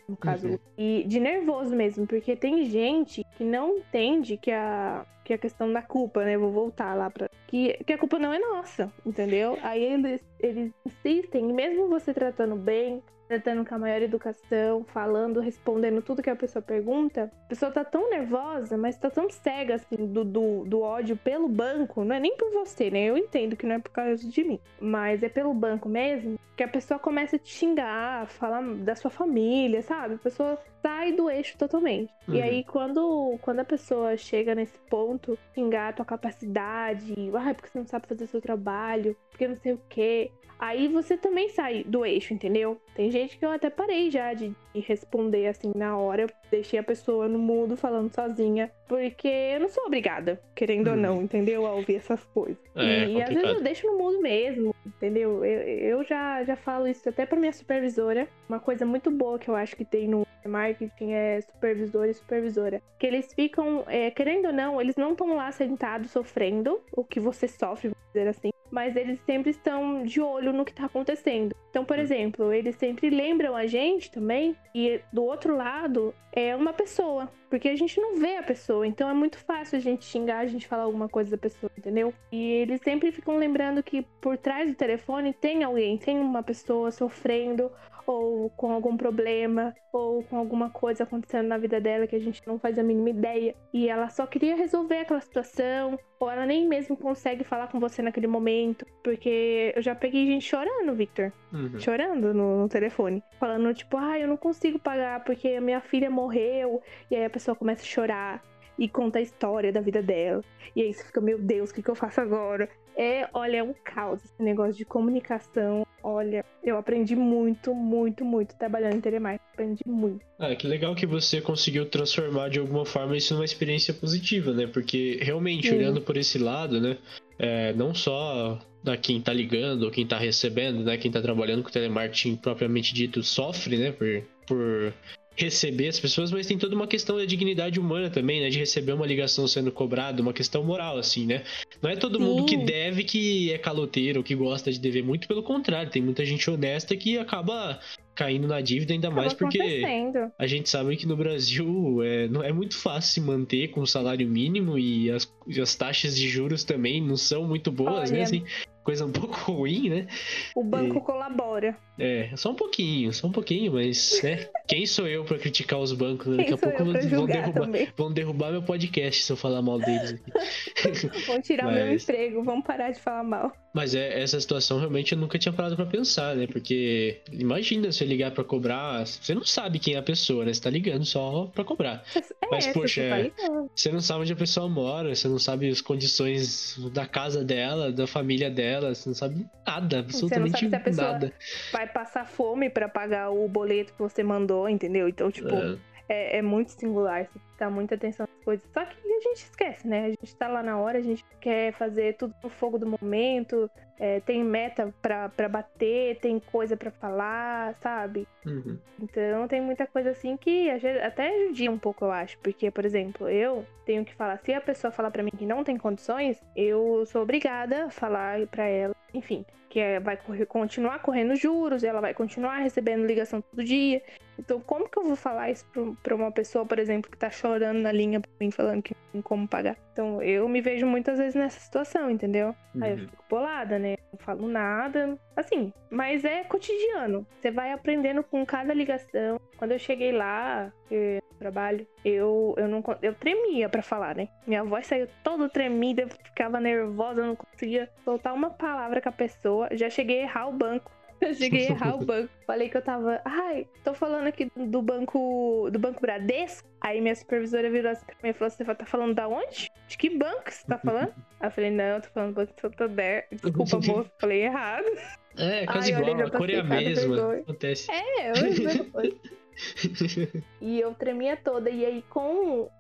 no caso. Uhum. E de nervoso mesmo, porque tem gente que não entende que a, que a questão da culpa, né? Vou voltar lá pra... Que, que a culpa não é nossa, entendeu? Aí eles, eles insistem, e mesmo você tratando bem, tratando com a maior educação, falando, respondendo tudo que a pessoa pergunta, a pessoa tá tão nervosa, mas tá tão cega, assim, do, do, do ódio pelo banco, não é nem por você, né? Eu entendo que não é por causa de mim, mas é pelo banco mesmo, que a pessoa começa a te xingar, falar da sua família, sabe? A pessoa sai do eixo totalmente. Uhum. E aí, quando, quando a pessoa chega nesse ponto, xingar a tua capacidade, ah, porque você não sabe fazer seu trabalho, porque não sei o quê... Aí você também sai do eixo, entendeu? Tem gente que eu até parei já de responder assim na hora. Eu deixei a pessoa no mudo falando sozinha. Porque eu não sou obrigada, querendo hum. ou não, entendeu? A ouvir essas coisas. É, e é às vezes eu deixo no mudo mesmo, entendeu? Eu, eu já, já falo isso até pra minha supervisora. Uma coisa muito boa que eu acho que tem no marketing é supervisor e supervisora. Que eles ficam, é, querendo ou não, eles não estão lá sentados sofrendo o que você sofre, vamos dizer assim. Mas eles sempre estão de olho no que tá acontecendo. Então, por exemplo, eles sempre lembram a gente também, e do outro lado é uma pessoa, porque a gente não vê a pessoa, então é muito fácil a gente xingar, a gente falar alguma coisa da pessoa, entendeu? E eles sempre ficam lembrando que por trás do telefone tem alguém, tem uma pessoa sofrendo, ou com algum problema, ou com alguma coisa acontecendo na vida dela que a gente não faz a mínima ideia, e ela só queria resolver aquela situação, ou ela nem mesmo consegue falar com você naquele momento, porque eu já peguei gente chorando, Victor, uhum. chorando no, no telefone, falando tipo, ah, eu não consigo pagar porque a minha filha morreu, e aí a pessoa começa a chorar e conta a história da vida dela, e aí você fica, meu Deus, o que, que eu faço agora? É, olha, é um caos esse negócio de comunicação. Olha, eu aprendi muito, muito, muito trabalhando em telemarketing. Aprendi muito. Ah, que legal que você conseguiu transformar de alguma forma isso numa experiência positiva, né? Porque realmente, Sim. olhando por esse lado, né? É, não só da quem tá ligando ou quem tá recebendo, né? Quem tá trabalhando com telemarketing propriamente dito sofre, né? Por... por... receber as pessoas, mas tem toda uma questão da dignidade humana também, né? De receber uma ligação sendo cobrada, uma questão moral, assim, né? Não é todo Sim. mundo que deve que é caloteiro, que gosta de dever, muito pelo contrário, tem muita gente honesta que acaba caindo na dívida, ainda acaba mais porque a gente sabe que no Brasil é, não é muito fácil se manter com o salário mínimo e as, as taxas de juros também não são muito boas, Olha, né? Assim, coisa um pouco ruim, né? O banco e, colabora. É, só um pouquinho, só um pouquinho, mas, né? Quem sou eu pra criticar os bancos? Né? Daqui a pouco vão derrubar, vão derrubar meu podcast se eu falar mal deles aqui. Vão tirar mas... meu emprego, vão parar de falar mal. Mas é, essa situação realmente eu nunca tinha parado pra pensar, né? Porque imagina você ligar pra cobrar, você não sabe quem é a pessoa, né? Você tá ligando só pra cobrar. É, mas, poxa, tá você não sabe onde a pessoa mora, você não sabe as condições da casa dela, da família dela, você não sabe nada, absolutamente você não sabe se a pessoa nada. Vai passar fome pra pagar o boleto que você mandou, entendeu? Então, tipo, é, é, é muito singular, você dá muita atenção às coisas. Só que a gente esquece, né? A gente tá lá na hora, a gente quer fazer tudo no fogo do momento, é, tem meta pra, pra bater, tem coisa pra falar, sabe? Uhum. Então, tem muita coisa assim que até judia um pouco, eu acho. Porque, por exemplo, eu tenho que falar, se a pessoa falar pra mim que não tem condições, eu sou obrigada a falar pra ela, enfim, que é, vai correr, continuar correndo juros, ela vai continuar recebendo ligação todo dia. Então, como que eu vou falar isso pra, pra uma pessoa, por exemplo, que tá chorando na linha pra mim, falando que não tem como pagar? Então, eu me vejo muitas vezes nessa situação, entendeu? Uhum. Aí eu fico bolada, né? Não falo nada. Assim, mas é cotidiano. Você vai aprendendo com cada ligação. Quando eu cheguei lá, eu trabalho, eu, eu, não, eu tremia pra falar, né? Minha voz saiu toda tremida, eu ficava nervosa, eu não conseguia soltar uma palavra com a pessoa. Já cheguei a errar o banco. Eu cheguei a errar o banco. Falei que eu tava... Ai, tô falando aqui do banco do banco Bradesco. Aí minha supervisora virou assim pra mim e falou: você tá falando da onde? De que banco você tá falando? Aí eu falei: não, eu tô falando do Banco Santander. Desculpa, moço, falei errado. É, quase Ai, igual, olha, a cor é a mesma. Acontece. É, eu mesma coisa. E eu tremia toda. E aí, com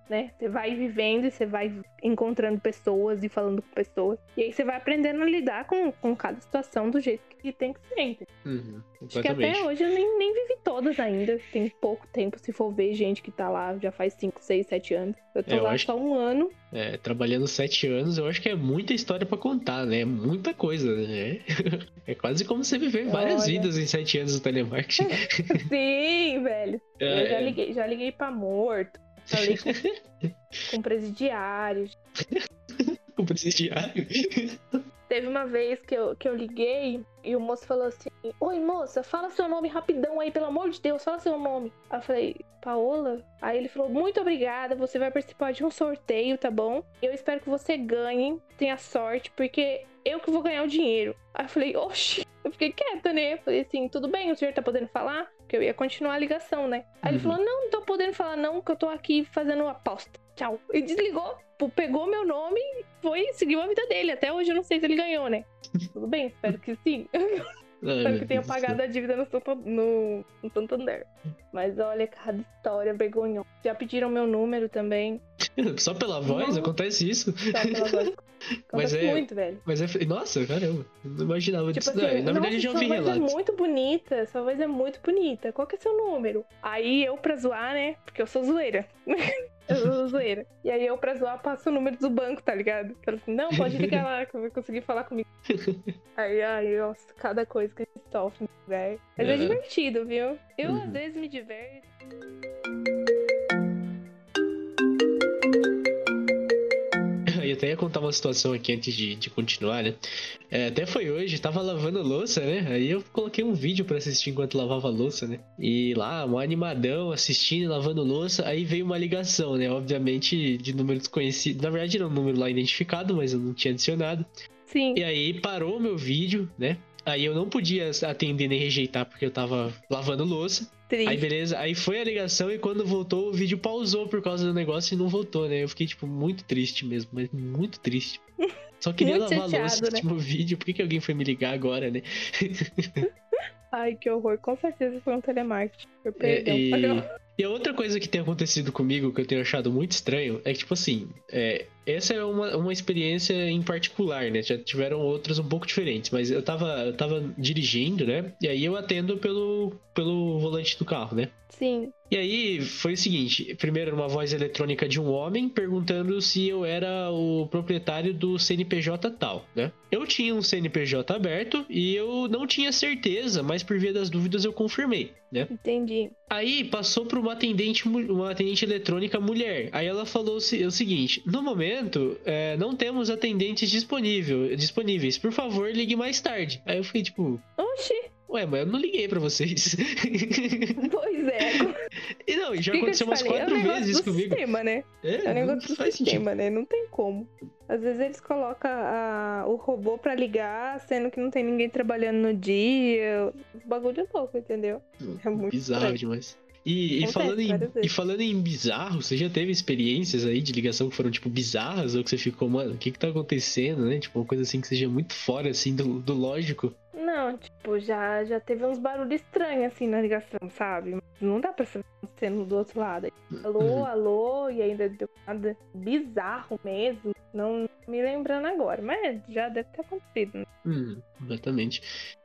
né? Você vai vivendo e você vai encontrando pessoas e falando com pessoas. E aí você vai aprendendo a lidar com, com cada situação do jeito que tem que ser. Uhum, Acho que até hoje eu nem, nem vivi todas ainda. Tem pouco tempo se for ver gente que tá lá já faz cinco, seis, sete anos. Eu tô É, eu lá acho só um ano. É, trabalhando sete anos, eu acho que é muita história pra contar, né? É muita coisa, né? É quase como você viver várias Olha. vidas em sete anos no telemarketing. Sim, velho. É, Eu já é. liguei, já liguei pra morto. Falei com, com presidiários. O presidiário. Teve uma vez que eu, que eu liguei e o moço falou assim: oi, moça, fala seu nome rapidão aí, pelo amor de Deus, fala seu nome. Aí eu falei: Paola? Aí ele falou: muito obrigada, você vai participar de um sorteio, tá bom? Eu espero que você ganhe, tenha sorte, porque eu que vou ganhar o dinheiro. Aí eu falei: oxi. Eu fiquei quieta, né? Eu falei assim: tudo bem, o senhor tá podendo falar? Porque eu ia continuar a ligação, né? Aí Uhum. ele falou: não, não tô podendo falar não, que eu tô aqui fazendo uma aposta. Tchau. E desligou, pegou meu nome e foi, seguiu a vida dele. Até hoje eu não sei se ele ganhou, né? Tudo bem, espero que sim. Espero que tenha pagado a dívida no, no, no Santander. Mas olha, cada história vergonhosa. Já pediram meu número também. Só pela voz Não. acontece isso? Só pela voz. Mas Acontece é- muito, velho. Mas é. Nossa, caramba. Não imaginava Tipo disso. assim, não. Na verdade, nossa, eu já sua ouvi voz é relatos. muito bonita, sua voz é muito bonita. Qual que é seu número? Aí eu pra zoar, né? Porque eu sou zoeira. Eu sou zoeira. E aí eu pra zoar passo o número do banco, tá ligado? Falo assim, não, pode ligar lá que eu vou conseguir falar comigo. Aí, ai, nossa, cada coisa que a gente sofre, velho. Mas é. É. divertido, viu? Eu Uhum. às vezes me diverto. Eu até ia contar uma situação aqui antes de, de continuar, né? É, até foi hoje, tava lavando louça, né? Aí eu coloquei um vídeo pra assistir enquanto lavava a louça, né? E lá, um animadão assistindo e lavando louça, aí veio uma ligação, né? Obviamente de número desconhecido. Na verdade era um número lá identificado, mas eu não tinha adicionado. Sim. E aí parou o meu vídeo, né? Aí eu não podia atender nem rejeitar porque eu tava lavando louça. Triste. Aí beleza, aí foi a ligação e quando voltou o vídeo pausou por causa do negócio e não voltou, né? Eu fiquei, tipo, muito triste mesmo, mas muito triste. Só queria Muito lavar a louça, chateado, né? assistir o vídeo, por que, que alguém foi me ligar agora, né? Ai, que horror. Com certeza foi um telemarketing. Por É, perdão. e... e a outra coisa que tem acontecido comigo, que eu tenho achado muito estranho, é que, tipo assim, é, essa é uma, uma experiência em particular, né? Já tiveram outras um pouco diferentes, mas eu tava, eu tava dirigindo, né? E aí eu atendo pelo, pelo volante do carro, né? Sim. E aí foi o seguinte, primeiro era uma voz eletrônica de um homem perguntando se eu era o proprietário do C N P J tal, né? Eu tinha um C N P J aberto e eu não tinha certeza, mas por via das dúvidas eu confirmei, né? Entendi. Aí passou para uma atendente, mu- uma atendente eletrônica mulher. Aí ela falou o se- o seguinte: no momento, é, não temos atendentes disponível, disponíveis. Por favor, ligue mais tarde. Aí eu fiquei tipo, Oxi. ué, mas eu não liguei para vocês. Pois é. E não, e já O que que eu aconteceu te umas falei? quatro é um negócio vezes do comigo. sistema, né? É, É um não negócio do faz sentido. sistema, né? Não tem como. Às vezes eles colocam a- o robô pra ligar, sendo que não tem ninguém trabalhando no dia. Bagulho louco, entendeu? É muito Bizarro estranho. demais. E, e, Acontece falando em, várias vezes. e falando em bizarro, você já teve experiências aí de ligação que foram, tipo, bizarras? Ou que você ficou, mano, o que que tá acontecendo, né? Tipo, uma coisa assim que seja muito fora, assim, do, do lógico. Não, tipo, já, já teve uns barulhos estranhos assim na ligação, sabe? Mas não dá pra saber o que tá acontecendo do outro lado. Alô, Uhum. alô, e ainda deu nada bizarro mesmo. Não me lembrando agora, mas já deve ter acontecido, né? Hum, exatamente.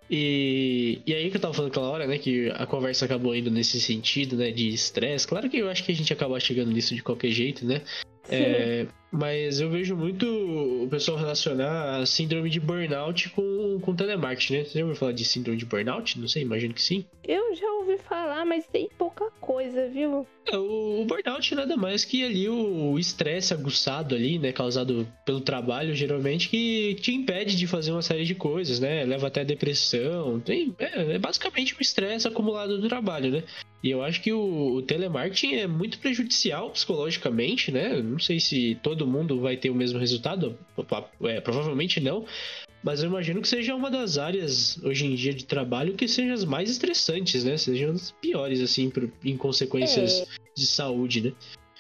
E, e aí que eu tava falando aquela hora, né, que a conversa acabou indo nesse sentido, né, de estresse. Claro que eu acho que a gente acaba chegando nisso de qualquer jeito, né? É, mas eu vejo muito o pessoal relacionar a síndrome de burnout com, com telemarketing, né? Você já ouviu falar de síndrome de burnout? Não sei, imagino que sim. Eu já ouvi falar, mas tem pouca coisa, viu? É, o, o burnout nada mais que ali o estresse aguçado ali, né, causado pelo trabalho, geralmente, que te impede de fazer uma série de coisas, né? Leva até depressão. Tem, é, é basicamente o estresse acumulado do trabalho, né? E eu acho que o, o telemarketing é muito prejudicial psicologicamente, né? Não sei se todo mundo vai ter o mesmo resultado, é, provavelmente não. Mas eu imagino que seja uma das áreas, hoje em dia, de trabalho que sejam as mais estressantes, né? Sejam as piores, assim, por, em consequências É. de saúde, né?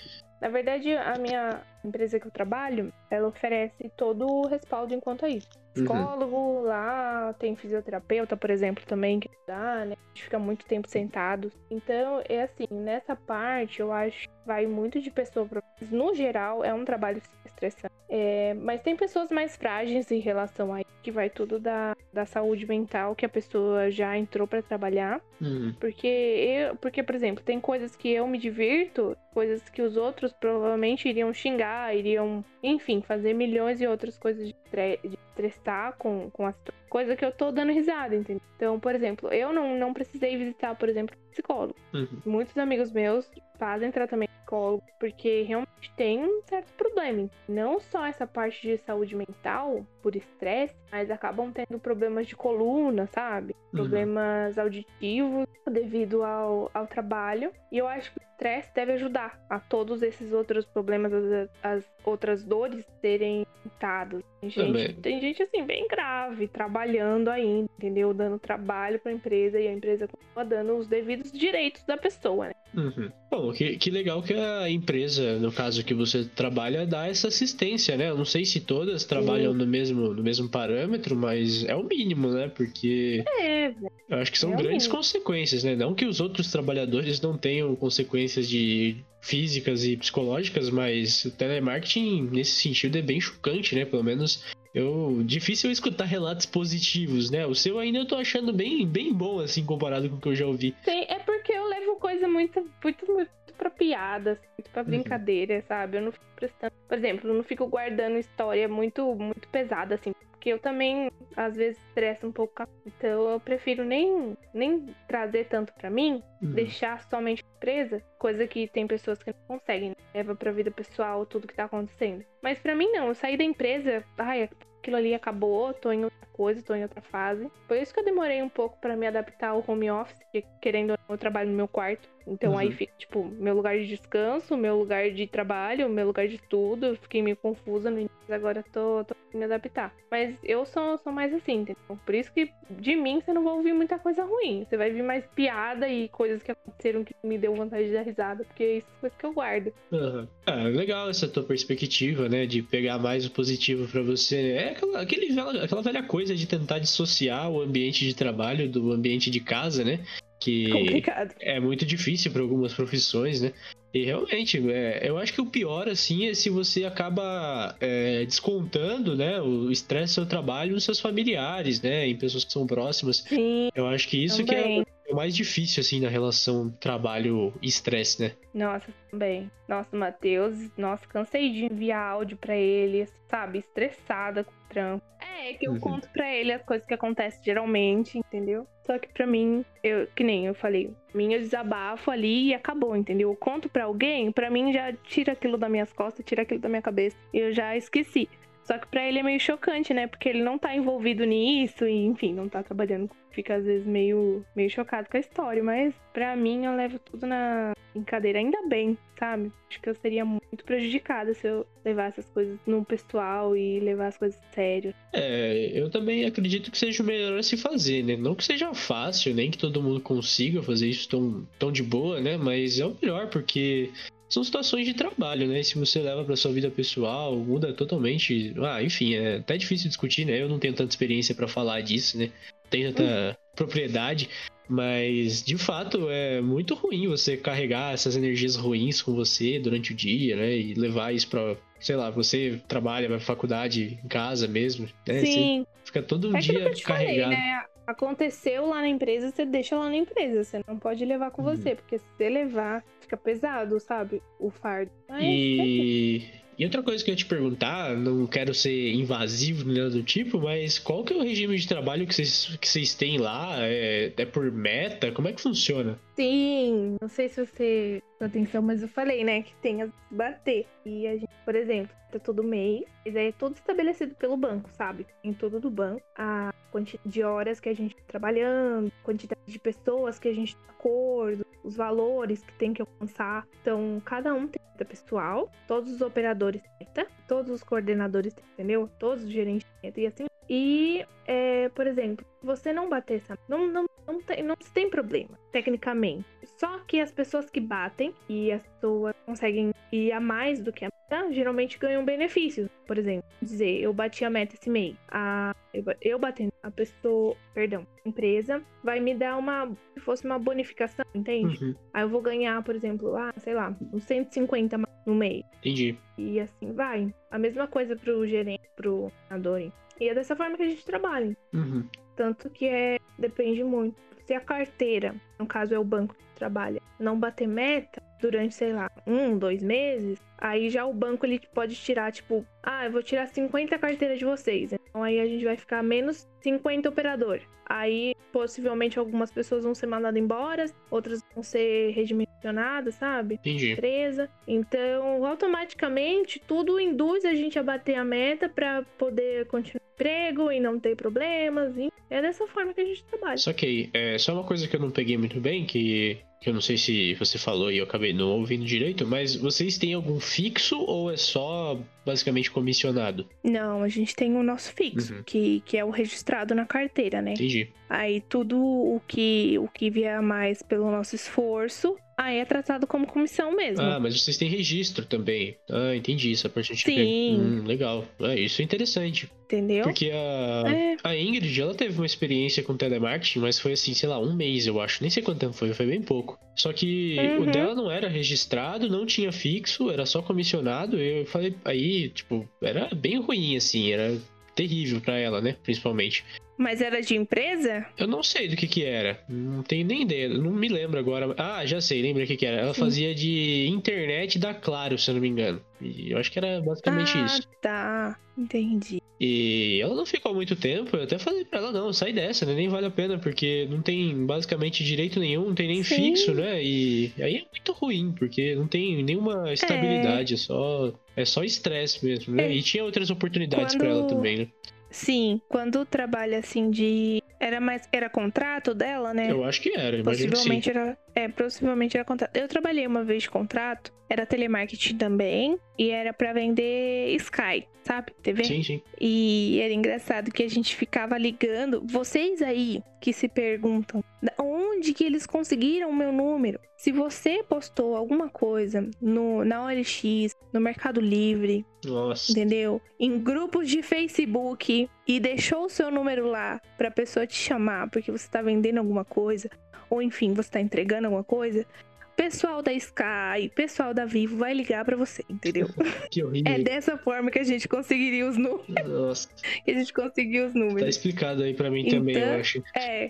Na verdade, a minha empresa que eu trabalho, ela oferece todo o respaldo enquanto a isso. Psicólogo, uhum. lá tem fisioterapeuta, por exemplo, também, que dá, né? A gente fica muito tempo sentado. Então, é assim, nessa parte, eu acho que vai muito de pessoa pra... No geral, é um trabalho estressante. É, mas tem pessoas mais frágeis em relação a isso, que vai tudo da, da saúde mental que a pessoa já entrou pra trabalhar. Uhum. Porque, eu, porque, por exemplo, tem coisas que eu me divirto, coisas que os outros provavelmente iriam xingar, iriam, enfim, fazer milhões e outras coisas de, tre- de estressar com, com as coisas que eu tô dando risada, entendeu? Então, por exemplo, eu não, não precisei visitar, por exemplo, psicólogo. Uhum. Muitos amigos meus fazem tratamento psicólogo porque realmente tem um certo problema. Não só essa parte de saúde mental, por estresse, mas acabam tendo problemas de coluna, sabe? Uhum. Problemas auditivos devido ao, ao trabalho. E eu acho que o estresse deve ajudar a todos esses outros problemas, as, as outras dores serem tratadas. Tem gente, tem gente, assim, bem grave, trabalhando ainda, entendeu? Dando trabalho pra empresa e a empresa continua dando os devidos direitos da pessoa, né? Uhum. Bom, que, que legal que a empresa, no caso que você trabalha, dá essa assistência, né? Eu não sei se todas trabalham no mesmo, no mesmo parâmetro, mas é o mínimo, né? Porque é, eu acho que são é grandes consequências, né? Não que os outros trabalhadores não tenham consequências de físicas e psicológicas, mas o telemarketing, nesse sentido, é bem chocante, né? Pelo menos eu... Difícil eu escutar relatos positivos, né? O seu ainda eu tô achando bem, bem bom, assim, comparado com o que eu já ouvi. Sim, é porque eu levo coisa muito, muito, muito pra piada, assim, muito pra brincadeira, uhum. sabe? Eu não fico prestando... Por exemplo, eu não fico guardando história muito, muito pesada, assim. Porque eu também, às vezes, estresso um pouco. Então, eu prefiro nem, nem trazer tanto pra mim, uhum. deixar somente presa, coisa que tem pessoas que não conseguem, né? Leva pra vida pessoal tudo que tá acontecendo. Mas pra mim, não. Eu saí da empresa, ai, aquilo ali acabou, tô em outra coisa, tô em outra fase. Por isso que eu demorei um pouco pra me adaptar ao home office, porque, querendo ou não, eu trabalho no meu quarto. Então uhum. aí fica, tipo, meu lugar de descanso, meu lugar de trabalho, meu lugar de estudo. Eu fiquei meio confusa no início, agora tô, tô me adaptar. Mas eu sou, sou mais assim, entendeu? Por isso que de mim você não vai ouvir muita coisa ruim. Você vai ouvir mais piada e coisas que aconteceram que me deu vontade de dar risada, porque é isso coisas que eu guardo. Uhum. Ah, legal essa tua perspectiva, né? De pegar mais o positivo pra você. É aquela, aquele, aquela velha coisa de tentar dissociar o ambiente de trabalho do ambiente de casa, né? Que complicado. É muito difícil para algumas profissões, né? E realmente, é, eu acho que o pior, assim, é se você acaba é, descontando, né, o estresse do seu trabalho nos seus familiares, né, em pessoas que são próximas. Sim, eu acho que isso também. que é o mais difícil, assim, na relação trabalho e estresse, né? Nossa, também. Nossa, Matheus, nossa, cansei de enviar áudio pra ele, sabe, estressada com o trampo. É, que eu uhum. conto pra ele as coisas que acontecem geralmente, entendeu? Só que pra mim, eu, que nem eu falei, mim eu desabafo ali e acabou, entendeu? Eu conto pra alguém, pra mim já tira aquilo das minhas costas, tira aquilo da minha cabeça. E eu já esqueci. Só que pra ele é meio chocante, né? Porque ele não tá envolvido nisso e, enfim, não tá trabalhando. Fica, às vezes, meio, meio chocado com a história. Mas, pra mim, eu levo tudo na brincadeira. Ainda bem, sabe? Acho que eu seria muito prejudicada se eu levasse as coisas no pessoal e levar as coisas sério. É, eu também acredito que seja o melhor a se fazer, né? Não que seja fácil, nem que todo mundo consiga fazer isso tão, tão de boa, né? Mas é o melhor, porque... são situações de trabalho, né? E se você leva pra sua vida pessoal, muda totalmente. Ah, enfim, é até difícil discutir, né? Eu não tenho tanta experiência pra falar disso, né? Não tenho tanta uhum. propriedade, mas de fato é muito ruim você carregar essas energias ruins com você durante o dia, né? E levar isso pra, sei lá, você trabalha, vai pra faculdade, em casa mesmo, né? Sim. Você fica todo um é dia que eu te carregado. Falei, né? Aconteceu lá na empresa, você deixa lá na empresa. Você não pode levar com uhum. você, porque se você levar, fica pesado, sabe? O fardo. Mas e... e outra coisa que eu ia te perguntar, não quero ser invasivo, né, do tipo, mas qual que é o regime de trabalho que vocês, que vocês têm lá? É, é por meta? Como é que funciona? Sim, não sei se você prestou atenção, mas eu falei, né, que tem as bater. E a gente, por exemplo, tá todo mês, mas é tudo estabelecido pelo banco, sabe? Em tudo do banco. A quantidade de horas que a gente tá trabalhando, quantidade de pessoas que a gente tá de acordo, os valores que tem que alcançar. Então, cada um tem meta pessoal, todos os operadores têm meta, todos os coordenadores têm, entendeu? Todos os gerentes têm meta e assim. E, é, por exemplo, se você não bater essa... Não, não não tem, não tem problema, tecnicamente. Só que as pessoas que batem e as pessoas conseguem ir a mais do que a meta, geralmente ganham benefícios. Por exemplo, dizer, eu bati a meta esse mês. A, eu batendo, a pessoa, perdão, a empresa vai me dar uma, se fosse uma bonificação, entende? Uhum. Aí eu vou ganhar, por exemplo, ah, sei lá, uns cento e cinquenta no mês. Entendi. E assim vai. A mesma coisa pro gerente, pro treinador. E é dessa forma que a gente trabalha. Uhum. Tanto que é, depende muito. Se a carteira, no caso é o banco que trabalha, não bater meta durante, sei lá, um, dois meses, aí já o banco ele pode tirar, tipo, ah, eu vou tirar cinquenta carteiras de vocês. Então aí a gente vai ficar menos cinquenta operador. Aí, possivelmente, algumas pessoas vão ser mandadas embora, outras vão ser redimensionadas, sabe? Entendi. Empresa. Então, automaticamente, tudo induz a gente a bater a meta para poder continuar o emprego e não ter problemas. E é dessa forma que a gente trabalha. Só que é só uma coisa que eu não peguei muito bem, que, que eu não sei se você falou e eu acabei não ouvindo direito, mas vocês têm algum fixo ou é só basicamente comissionado? Não, a gente tem o nosso fixo, Uhum. que, que é o registrado na carteira, né? Entendi. Aí tudo o que, o que vier a mais pelo nosso esforço, aí é tratado como comissão mesmo. Ah, mas vocês têm registro também. Ah, entendi. Essa parte a gente Sim. tem. Hum, legal. É, isso é interessante. Entendeu? Porque a, É. a Ingrid, ela teve uma experiência com telemarketing, mas foi assim, sei lá, um mês, eu acho. Nem sei quanto tempo foi, foi bem pouco. Só que Uhum. o dela não era registrado, não tinha fixo, era só comissionado. E eu falei, aí, tipo, era bem ruim, assim, era terrível pra ela, né? Principalmente. Mas era de empresa? Eu não sei do que que era. Não tenho nem ideia. Não me lembro agora. Ah, já sei. Lembra o que que era. Ela Sim. fazia de internet da Claro, se eu não me engano. E eu acho que era basicamente ah, isso. tá. Entendi. E ela não ficou muito tempo. Eu até falei pra ela, não, sai dessa, né? Nem vale a pena, porque não tem basicamente direito nenhum, não tem nem Sim. fixo, né? E aí é muito ruim, porque não tem nenhuma estabilidade. É, só é só estresse mesmo, né? É. E tinha outras oportunidades Quando- pra ela também, né? Sim, quando trabalha assim de... Era mais... Era contrato dela, né? Eu acho que era, imagino que sim. Possivelmente era, é, possivelmente era contrato. Eu trabalhei uma vez de contrato, era telemarketing também, e era pra vender Sky, sabe? T V. Sim, sim. E era engraçado que a gente ficava ligando. Vocês aí que se perguntam da onde que eles conseguiram o meu número? Se você postou alguma coisa no, na O L X, no Mercado Livre, Nossa. entendeu? Em grupos de Facebook e deixou o seu número lá pra pessoa te chamar porque você tá vendendo alguma coisa, ou enfim, você tá entregando alguma coisa, pessoal da Sky, pessoal da Vivo vai ligar pra você, entendeu? Que horrível. É dessa forma que a gente conseguiria os números. Nossa. Que a gente conseguiu os Tá números. explicado aí pra mim também, Então, eu acho. É.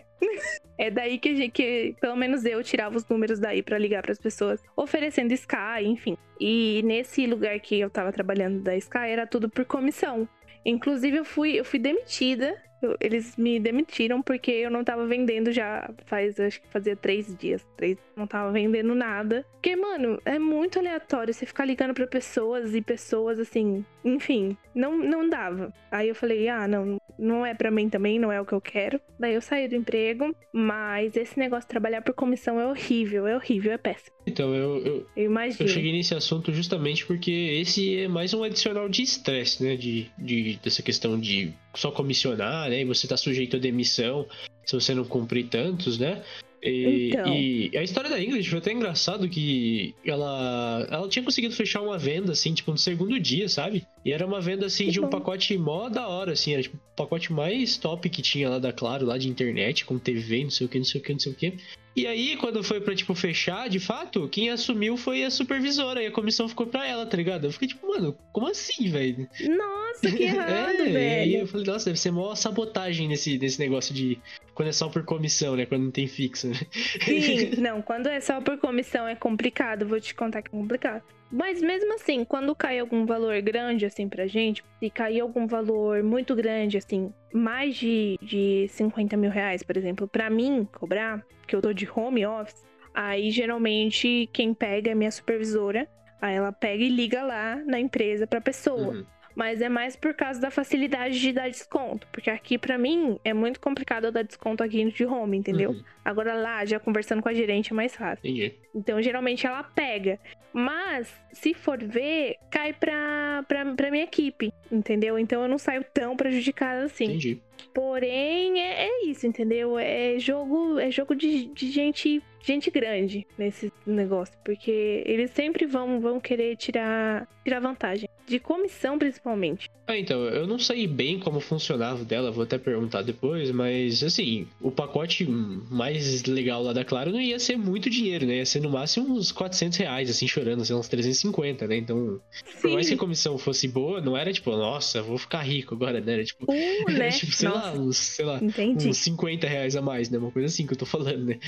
É daí que, a gente, que pelo menos eu tirava os números daí pra ligar pras pessoas, oferecendo Sky, enfim. E nesse lugar que eu tava trabalhando da Sky, era tudo por comissão. Inclusive, eu fui, eu fui demitida. Eu- eles me demitiram porque eu não tava vendendo já faz, acho que fazia três dias. Três, não tava vendendo nada. Porque, mano, é muito aleatório você ficar ligando pra pessoas e pessoas assim. Enfim, não, não dava. Aí eu falei, ah, não, não é pra mim também, não é o que eu quero. Daí eu saí do emprego, mas esse negócio de trabalhar por comissão é horrível, é horrível, é péssimo. Então, eu, eu, Eu imagino. eu cheguei nesse assunto justamente porque esse é mais um adicional de estresse, né? De, de, dessa questão de só comissionar, né? E você tá sujeito a demissão se você não cumprir tantos, né? E, Então. e a história da Ingrid foi até engraçado que ela, ela tinha conseguido fechar uma venda, assim, tipo, no segundo dia, sabe? E era uma venda, assim, Que de um bom. pacote mó da hora, assim, era tipo o pacote mais top que tinha lá da Claro, lá de internet, com T V, não sei o que, não sei o que, não sei o que. E aí, quando foi pra, tipo, fechar, de fato, quem assumiu foi a supervisora e a comissão ficou pra ela, tá ligado? Eu fiquei tipo, mano, como assim, velho? Nossa, que errado, é, e aí velho. eu falei, nossa, deve ser mó sabotagem nesse, nesse negócio de quando é só por comissão, né? Quando não tem fixo, né? Sim, não, quando é só por comissão é complicado, vou te contar que é complicado. Mas mesmo assim, quando cai algum valor grande assim pra gente, se cair algum valor muito grande, assim, mais de, de cinquenta mil reais, por exemplo, pra mim cobrar, porque eu tô de home office, aí geralmente quem pega é minha supervisora, aí ela pega e liga lá na empresa pra pessoa. Uhum. Mas é mais por causa da facilidade de dar desconto. Porque aqui, pra mim, é muito complicado eu dar desconto aqui de home, entendeu? Uhum. Agora lá, já conversando com a gerente, é mais fácil. Entendi. Então, geralmente, ela pega. Mas, se for ver, cai pra, pra, pra minha equipe, entendeu? Então eu não saio tão prejudicada assim. Entendi. Porém, é, é isso, entendeu? É jogo, é jogo de, de gente, gente grande nesse negócio. Porque eles sempre vão, vão querer tirar, tirar vantagem. De comissão, principalmente. Ah, então, eu não sei bem como funcionava o dela, vou até perguntar depois, mas, assim, o pacote mais legal lá da Claro não ia ser muito dinheiro, né? Ia ser no máximo uns quatrocentos reais, assim, chorando, assim, uns trezentos e cinquenta, né? Então, Sim. por mais que a comissão fosse boa, não era tipo, nossa, vou ficar rico agora, né? Era tipo, Uh, né? tipo sei Nossa. lá, uns, sei lá, Entendi. uns cinquenta reais a mais, né? Uma coisa assim que eu tô falando, né?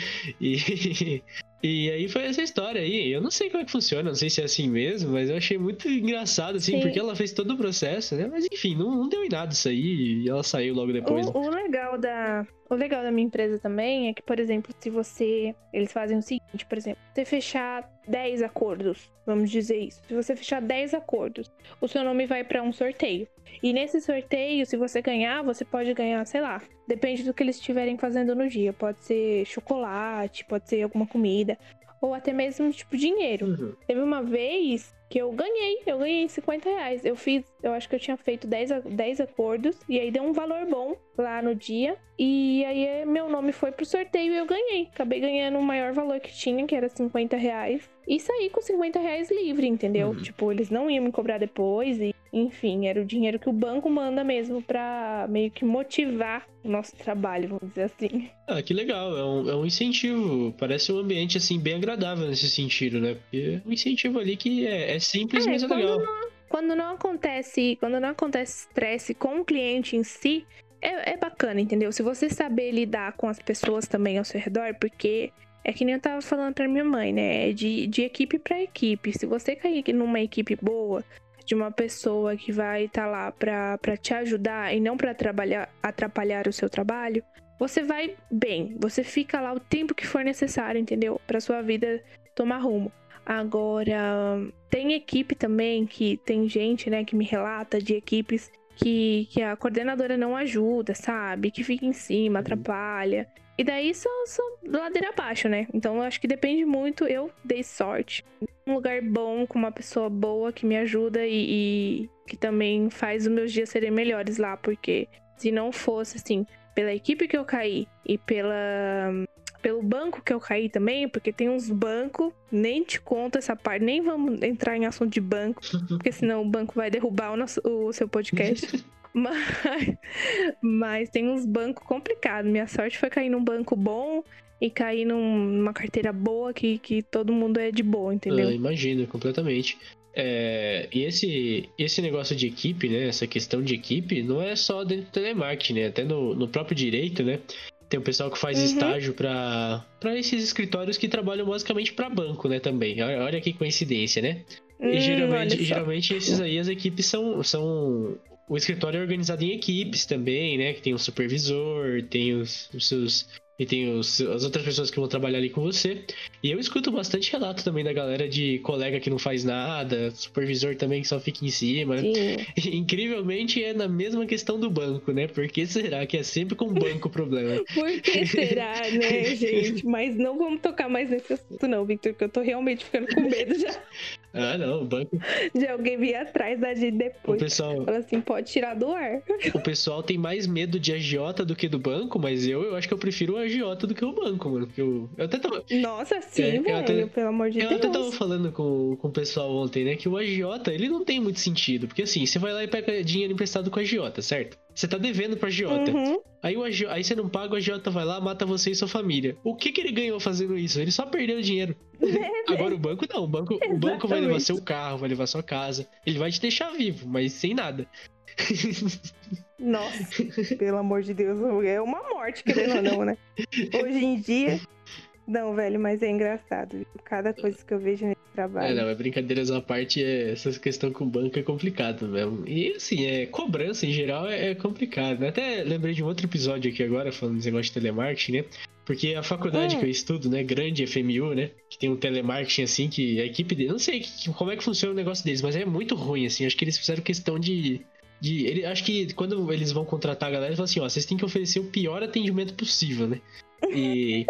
E... E aí foi essa história aí. Eu não sei como é que funciona, não sei se é assim mesmo, mas eu achei muito engraçado, assim, Sim. porque ela fez todo o processo, né? Mas enfim, não, não deu em nada isso aí e ela saiu logo depois. O, o legal da, o legal da minha empresa também é que, por exemplo, se você... Eles fazem o seguinte, por exemplo, você fechar dez acordos, vamos dizer isso. Se você fechar dez acordos, o seu nome vai para um sorteio. E nesse sorteio, se você ganhar, você pode ganhar, sei lá, depende do que eles estiverem fazendo no dia. Pode ser chocolate, pode ser alguma comida, ou até mesmo, tipo, dinheiro. Uhum. Teve uma vez que eu ganhei, eu ganhei cinquenta reais. Eu fiz, eu acho que eu tinha feito dez, dez acordos, e aí deu um valor bom lá no dia. E aí meu nome foi pro sorteio e eu ganhei. Acabei ganhando o maior valor que tinha, que era cinquenta reais. E saí com cinquenta reais livre, entendeu? Uhum. Tipo, eles não iam me cobrar depois e... Enfim, era o dinheiro que o banco manda mesmo pra meio que motivar o nosso trabalho, vamos dizer assim. Ah, que legal, é um, é um incentivo, parece um ambiente, assim, bem agradável nesse sentido, né? Porque é um incentivo ali que é, é simples, É, mas é quando legal. não, quando não acontece, quando não acontece estresse com o cliente em si, é, é bacana, entendeu? Se você saber lidar com as pessoas também ao seu redor, porque é que nem eu tava falando pra minha mãe, né? É de, de equipe pra equipe. Se você cair numa equipe boa, de uma pessoa que vai estar tá lá pra, pra te ajudar e não pra trabalhar, atrapalhar o seu trabalho, você vai bem. Você fica lá o tempo que for necessário, entendeu? Pra sua vida tomar rumo. Agora, tem equipe também que tem gente, né, que me relata de equipes que, que a coordenadora não ajuda, sabe? Que fica em cima, atrapalha. E daí só, só ladeira abaixo, né? Então eu acho que depende muito. Eu dei sorte. Um lugar bom, com uma pessoa boa que me ajuda e, e que também faz os meus dias serem melhores lá. Porque se não fosse, assim, pela equipe que eu caí e pela... pelo banco que eu caí também, porque tem uns bancos, nem te conto essa parte, nem vamos entrar em assunto de banco, porque senão o banco vai derrubar o, nosso, o seu podcast. mas, mas tem uns bancos complicados. Minha sorte foi cair num banco bom e cair num, numa carteira boa que, que todo mundo é de boa, entendeu? Eu imagino, completamente. É, e esse, esse negócio de equipe, né? Essa questão de equipe, não é só dentro do telemarketing, né? Até no, no próprio direito, né? Tem o pessoal que faz uhum. estágio para esses escritórios que trabalham basicamente para banco, né, também. Olha, olha que coincidência, né? Hum, e geralmente, geralmente esses aí, as equipes são, são... O escritório é organizado em equipes também, né? Que tem um supervisor, tem os, os seus... E tem os, as outras pessoas que vão trabalhar ali com você. E eu escuto bastante relato também da galera de colega que não faz nada, supervisor também que só fica em cima. E, incrivelmente é na mesma questão do banco, né? Por que será que é sempre com o banco o problema? Por que será, né, gente? Mas não vamos tocar mais nesse assunto não, Victor, porque eu tô realmente ficando com medo já. Ah, não, o banco... De alguém vir atrás da gente depois. O pessoal... Fala assim, pode tirar do ar. O pessoal tem mais medo de agiota do que do banco, mas eu, eu acho que eu prefiro o agiota do que o banco, mano. Porque eu, eu até tava... Nossa, sim, é, velho, até, pelo amor de eu Deus. Eu até tava falando com, com o pessoal ontem, né, que o agiota, ele não tem muito sentido. Porque assim, você vai lá e pega dinheiro emprestado com o agiota, certo? Você tá devendo pra agiota. Uhum. Aí, o agiota, aí você não paga, o agiota vai lá, mata você e sua família. O que que ele ganhou fazendo isso? Ele só perdeu dinheiro. É, Agora o banco não, o banco, o banco vai levar seu carro, vai levar sua casa. Ele vai te deixar vivo, mas sem nada. Nossa, pelo amor de Deus, é uma morte, querendo ou não, né? Hoje em dia... Não, velho, mas é engraçado. Cada coisa que eu vejo nesse trabalho. É, não, é brincadeiras à parte, é, essa questão com o banco é complicado mesmo. E assim, é, cobrança em geral é, é complicado, né? Até lembrei de um outro episódio aqui agora, falando desse negócio de telemarketing, né? Porque a faculdade hum. que eu estudo, né, grande F M U, né, que tem um telemarketing assim, que a equipe dele, não sei que, como é que funciona o negócio deles, mas é muito ruim, assim, acho que eles fizeram questão de... de ele, acho que quando eles vão contratar a galera, eles falam assim, ó, vocês têm que oferecer o pior atendimento possível, né? E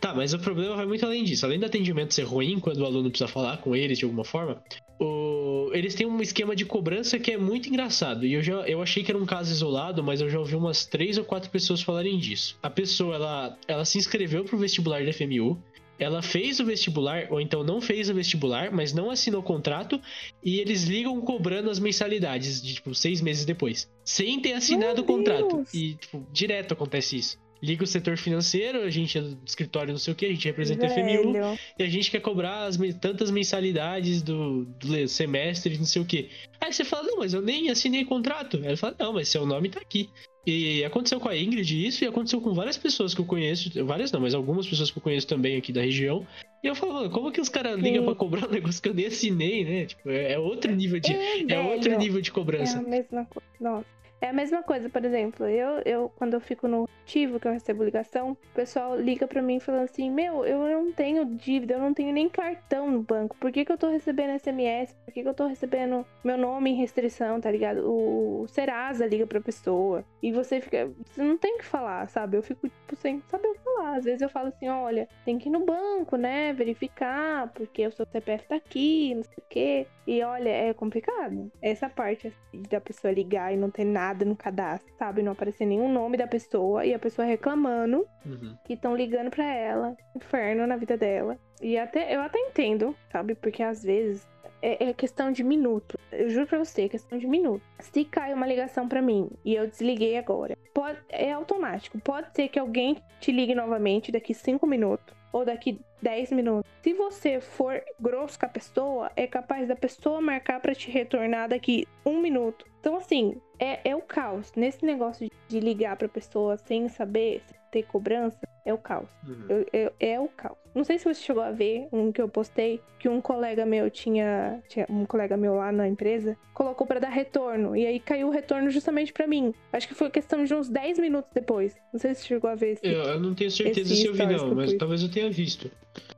Tá, mas o problema vai muito além disso. Além do atendimento ser ruim, quando o aluno precisa falar com eles de alguma forma, o... eles têm um esquema de cobrança que é muito engraçado. E eu, já, eu achei que era um caso isolado, mas eu já ouvi umas três ou quatro pessoas falarem disso. A pessoa, ela, ela se inscreveu pro vestibular da F M U, ela fez o vestibular, ou então não fez o vestibular, mas não assinou o contrato, e eles ligam cobrando as mensalidades de, tipo, seis meses depois. Sem ter assinado o contrato. E, tipo, direto acontece isso. Liga o setor financeiro, a gente é do escritório não sei o que, a gente representa a F M U, e a gente quer cobrar as, tantas mensalidades do, do semestre, não sei o que. Aí você fala, não, mas eu nem assinei contrato. Aí ele fala, não, mas seu nome tá aqui. E aconteceu com a Ingrid isso, e aconteceu com várias pessoas que eu conheço, várias não, mas algumas pessoas que eu conheço também aqui da região. E eu falo, mano, como que os caras ligam pra cobrar um negócio que eu nem assinei, né? Tipo, é, é outro nível de, é, é outro nível de cobrança. É a mesma coisa, nossa. É a mesma coisa, por exemplo, eu, eu quando eu fico no ativo, que eu recebo ligação, o pessoal liga pra mim falando assim, meu, eu não tenho dívida, eu não tenho nem cartão no banco, por que que eu tô recebendo S M S, por que que eu tô recebendo meu nome em restrição, tá ligado? O, o Serasa liga pra pessoa, e você fica, você não tem o que falar, sabe? Eu fico, tipo, sem saber o que falar, às vezes eu falo assim, olha, tem que ir no banco, né, verificar, porque o seu C P F tá aqui, não sei o quê, e olha, é complicado, essa parte assim, da pessoa ligar e não ter nada no cadastro, sabe? Não aparecer nenhum nome da pessoa e a pessoa reclamando uhum. que estão ligando pra ela, inferno na vida dela. E até eu até entendo, sabe? Porque às vezes é, é questão de minuto. Eu juro pra você, é questão de minuto. Se cai uma ligação pra mim e eu desliguei agora, pode, é automático. Pode ser que alguém te ligue novamente daqui cinco minutos. Ou daqui dez minutos. Se você for grosso com a pessoa, é capaz da pessoa marcar pra te retornar daqui um minuto. Então, assim, é, é o caos. Nesse negócio de ligar pra pessoa sem saber, sem ter cobrança, é o caos. Uhum. Eu, eu, é o caos. Não sei se você chegou a ver um que eu postei, que um colega meu tinha, tinha um colega meu lá na empresa, colocou pra dar retorno. E aí caiu o retorno justamente pra mim. Acho que foi questão de uns dez minutos depois. Não sei se você chegou a ver esse. Eu, eu não tenho certeza se eu vi, não, mas eu talvez eu tenha visto.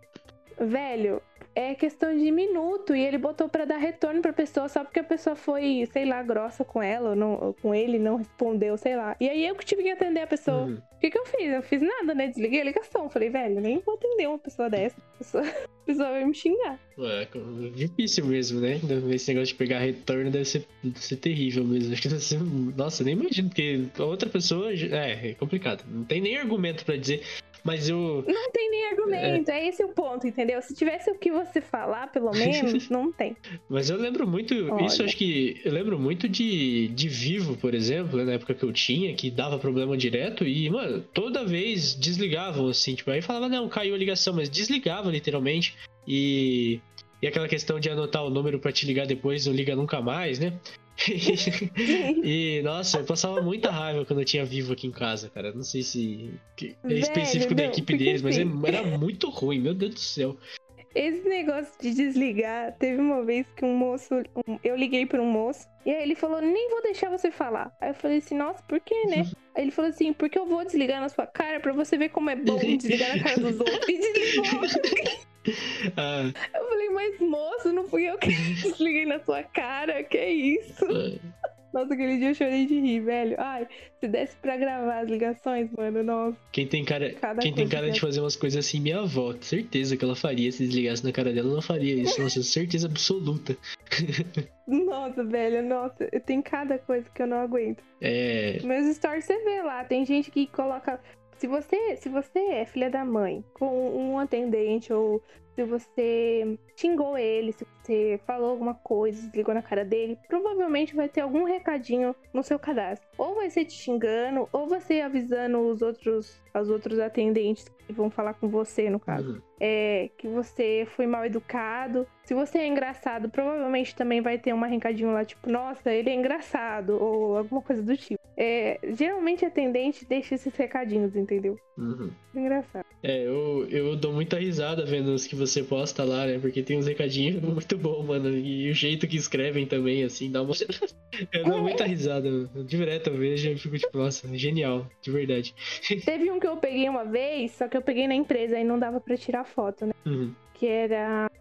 Velho, é questão de minuto e ele botou pra dar retorno pra pessoa só porque a pessoa foi, sei lá, grossa com ela ou, não, ou com ele, não respondeu, sei lá. E aí eu que tive que atender a pessoa. Uhum. O que que eu fiz? Eu fiz nada, né? Desliguei a ligação. Falei, velho, nem vou atender uma pessoa dessa. A pessoa, a pessoa vai me xingar. É difícil mesmo, né? Esse negócio de pegar retorno deve ser, deve ser terrível mesmo. Acho que deve ser... Nossa, nem imagino, porque a outra pessoa... É, é complicado. Não tem nem argumento pra dizer... Mas eu... Não tem nem argumento, é, é esse o ponto, entendeu? Se tivesse o que você falar, pelo menos, não tem. Mas eu lembro muito, Olha. isso acho que... Eu lembro muito de, de Vivo, por exemplo, na época que eu tinha, que dava problema direto e, mano, toda vez desligavam, assim, tipo, aí falava, não, caiu a ligação, mas desligava, literalmente, e... E aquela questão de anotar o número pra te ligar depois, não liga nunca mais, né? E, nossa, eu passava muita raiva quando eu tinha Vivo aqui em casa, cara. Não sei se é Velho, específico não, da equipe deles, assim, mas era muito ruim, meu Deus do céu. Esse negócio de desligar, teve uma vez que um moço, um, eu liguei pra um moço, e aí ele falou, nem vou deixar você falar. Aí eu falei assim, nossa, por que, né? Aí ele falou assim, porque eu vou desligar na sua cara pra você ver como é bom desligar na cara dos outros. E desligou. Ah. Eu falei, mas moço, não fui eu que desliguei na sua cara, que é isso? Ah. Nossa, aquele dia eu chorei de rir, velho. Ai, se desse pra gravar as ligações, mano, nossa. Quem tem cara, quem tem cara de fazer umas coisas assim, minha avó, certeza que ela faria. Se desligasse na cara dela, ela não faria isso. Nossa, certeza absoluta. Nossa, velho, nossa, tem cada coisa que eu não aguento. É. Meus stories você vê lá, tem gente que coloca... Se você, se você é filha da mãe com um atendente ou se você xingou ele, se você falou alguma coisa, desligou na cara dele, provavelmente vai ter algum recadinho no seu cadastro. Ou vai ser te xingando, ou você avisando os outros, os outros atendentes que vão falar com você, no caso. Uhum. É, que você foi mal educado. Se você é engraçado, provavelmente também vai ter um recadinho lá, tipo, nossa, ele é engraçado, ou alguma coisa do tipo. É, geralmente atendente deixa esses recadinhos, entendeu? Uhum. Engraçado. É, eu, eu dou muita risada vendo os que você posta lá, né? Porque tem uns recadinhos muito bons, mano. E o jeito que escrevem também, assim, dá uma... Eu dou muita risada. Direto eu vejo e fico tipo, nossa, genial, de verdade. Teve um que eu peguei uma vez, só que eu peguei na empresa e não dava pra tirar foto, né? Uhum. Que era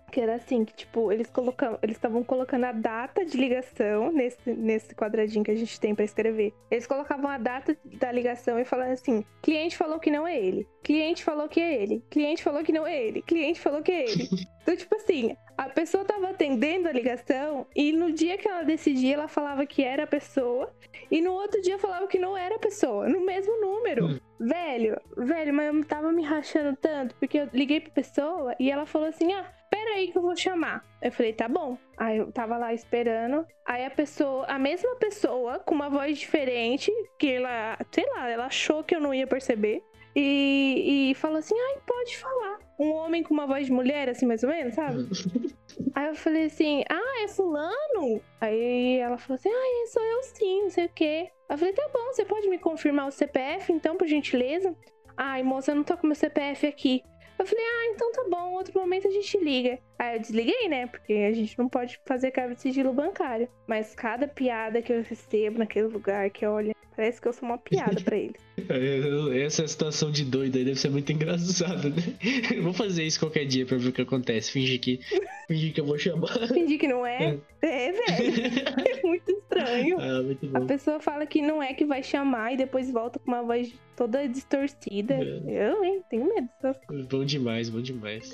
Que era assim, que tipo, eles colocam, eles estavam colocando a data de ligação nesse, nesse quadradinho que a gente tem pra escrever. Eles colocavam a data da ligação e falavam assim, cliente falou que não é ele, cliente falou que é ele, cliente falou que não é ele, cliente falou que é ele. Então, tipo assim, a pessoa tava atendendo a ligação e no dia que ela decidia, ela falava que era a pessoa e no outro dia falava que não era a pessoa, no mesmo número. Hum. Velho, velho, mas eu tava me rachando tanto, porque eu liguei pra pessoa e ela falou assim, ah, pera aí que eu vou chamar. Eu falei, tá bom. Aí eu tava lá esperando. Aí a pessoa, a mesma pessoa, com uma voz diferente, que ela, sei lá, ela achou que eu não ia perceber. E, e falou assim, ai, pode falar. Um homem com uma voz de mulher, assim, mais ou menos, sabe? Aí eu falei assim, ah, é fulano? Aí ela falou assim, ah, sou eu sim, não sei o quê. Aí eu falei, tá bom, você pode me confirmar o C P F, então, por gentileza? Ai, moça, eu não tô com meu C P F aqui. Eu falei, ah, então tá bom, outro momento a gente liga. Aí eu desliguei, né? Porque a gente não pode fazer quebra de sigilo bancário. Mas cada piada que eu recebo naquele lugar, que olha, parece que eu sou uma piada pra eles. Essa situação de doido aí deve ser muito engraçada, né? Eu vou fazer isso qualquer dia pra ver o que acontece. Fingir que, fingir que eu vou chamar. Fingir que não é? É, velho. É muito estranho. Ah, muito bom. A pessoa fala que não é, que vai chamar e depois volta com uma voz toda distorcida. É. Eu, hein? Tenho medo dessas coisas. Bom demais, bom demais.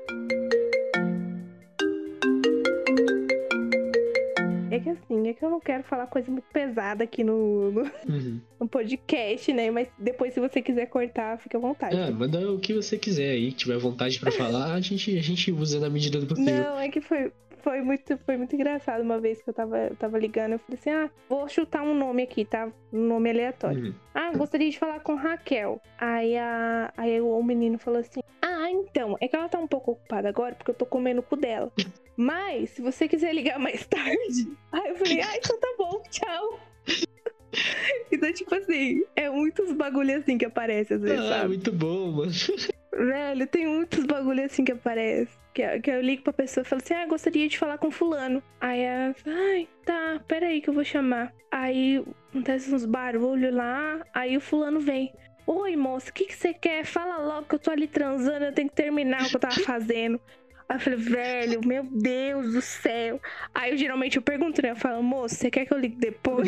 É que assim, é que eu não quero falar coisa muito pesada aqui no, no, uhum. no podcast, né? Mas depois, se você quiser cortar, fica à vontade. Ah, manda o que você quiser aí, que tiver vontade pra falar, a gente, a gente usa na medida do possível. Não, é que foi, foi, muito, foi muito engraçado uma vez que eu tava, eu tava ligando. Eu falei assim, ah, vou chutar um nome aqui, tá? Um nome aleatório. Uhum. Ah, gostaria de falar com Raquel. Aí, a, aí o, o menino falou assim, ah, então, é que ela tá um pouco ocupada agora porque eu tô comendo o cu dela. Mas, se você quiser ligar mais tarde... Aí eu falei, ah, então tá bom, tchau. Então, tipo assim, é muitos bagulho assim que aparece às vezes, ah, sabe? Muito bom, mano. Velho, tem muitos bagulho assim que aparece. Que, que eu ligo pra pessoa e falo assim, ah, gostaria de falar com fulano. Aí ela fala, ai, tá, peraí que eu vou chamar. Aí acontece uns barulhos lá, aí o fulano vem. Oi, moça, o que que você quer? Fala logo que eu tô ali transando, eu tenho que terminar o que eu tava fazendo. Aí eu falei, velho, meu Deus do céu. Aí eu geralmente eu pergunto, né? Eu falo, moço, você quer que eu ligue depois?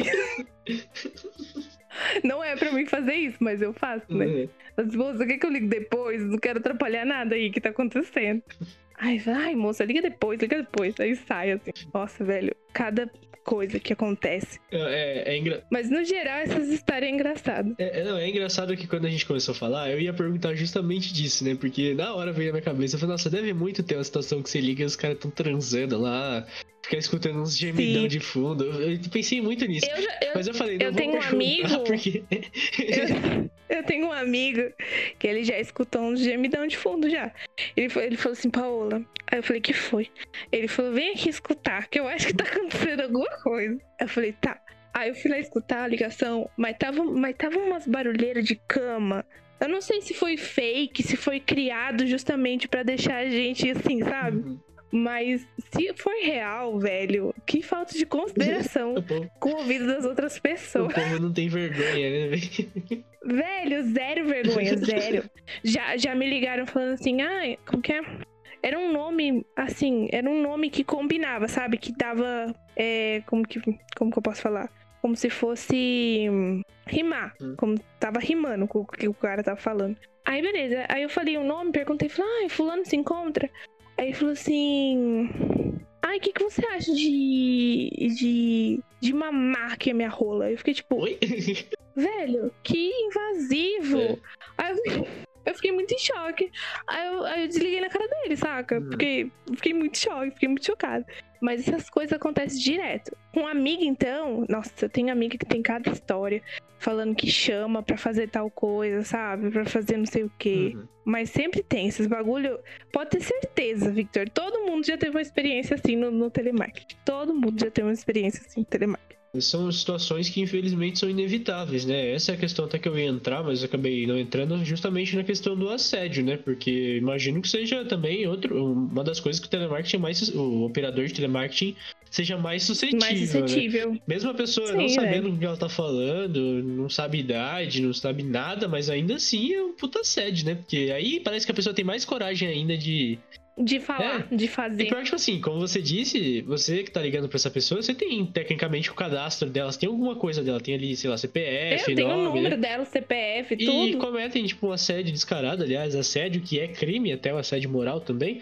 Não é pra mim fazer isso, mas eu faço, né? Uhum. Mas, moça, você quer que eu ligue depois? Não quero atrapalhar nada aí que tá acontecendo. Ai, ai, moça, liga depois, liga depois. Aí sai assim. Nossa, velho, cada coisa que acontece. É, é engra... Mas no geral, essas histórias é engraçado. É, não, é engraçado que quando a gente começou a falar, eu ia perguntar justamente disso, né? Porque na hora veio na minha cabeça, eu falei, nossa, deve muito ter uma situação que você liga e os caras tão transando lá, ficar escutando uns gemidão Sim. de fundo. Eu, eu pensei muito nisso. Eu, eu, mas eu falei, não eu vou tenho um amigo. Porque... eu, eu tenho um amigo que ele já escutou uns gemidão de fundo já. Ele, ele falou assim, Paola. Aí eu falei, que foi? Ele falou, vem aqui escutar, que eu acho que tá acontecendo alguma coisa. Eu falei, tá. Aí eu fui lá escutar a ligação, mas tava, mas tava umas barulheiras de cama. Eu não sei se foi fake, se foi criado justamente pra deixar a gente assim, sabe? Uhum. Mas se for real, velho, que falta de consideração com o ouvido das outras pessoas. O povo não tem vergonha, né, velho? Velho, zero vergonha, zero. Já, já me ligaram falando assim, ah, como que é? Era um nome, assim, era um nome que combinava, sabe? Que dava, é, como que, como que eu posso falar? Como se fosse hum, rimar, hum. como tava rimando com o que o cara tava falando. Aí, beleza. Aí eu falei o nome, perguntei, falei, ah, fulano se encontra? Aí ele falou assim, ai, o que, que você acha de, de, de mamar aqui a minha rola? Eu fiquei tipo, Oi? Velho, que invasivo. É. Aí eu, eu fiquei muito em choque. Aí eu, aí eu desliguei na cara dele, saca? Hum. Porque fiquei muito em choque, fiquei muito chocada. Mas essas coisas acontecem direto. Com amiga, então, nossa, eu tenho amiga que tem cada história falando que chama pra fazer tal coisa, sabe? Pra fazer não sei o quê. Uhum. Mas sempre tem esses bagulho. Pode ter certeza, Victor. Todo mundo já teve uma experiência assim no, no telemarketing. Todo mundo já teve uma experiência assim no telemarketing. São situações que infelizmente são inevitáveis, né? Essa é a questão até que eu ia entrar, mas eu acabei não entrando justamente na questão do assédio, né? Porque imagino que seja também outro, uma das coisas que o telemarketing mais, o operador de telemarketing seja mais suscetível, Mais suscetível. Né? Mesmo a pessoa Sim, não sabendo né? o que ela tá falando, não sabe idade, não sabe nada, mas ainda assim é um puta assédio, né? Porque aí parece que a pessoa tem mais coragem ainda de... De falar, É. de E fazer. pior, tipo assim, como você disse, você que tá ligando pra essa pessoa, você tem tecnicamente o cadastro dela, você tem alguma coisa dela, tem ali, sei lá, C P F, Eu tenho o nome, número né? dela, o C P F, E tudo. cometem, tipo, um assédio descarado, aliás, assédio que é crime, até o assédio moral também.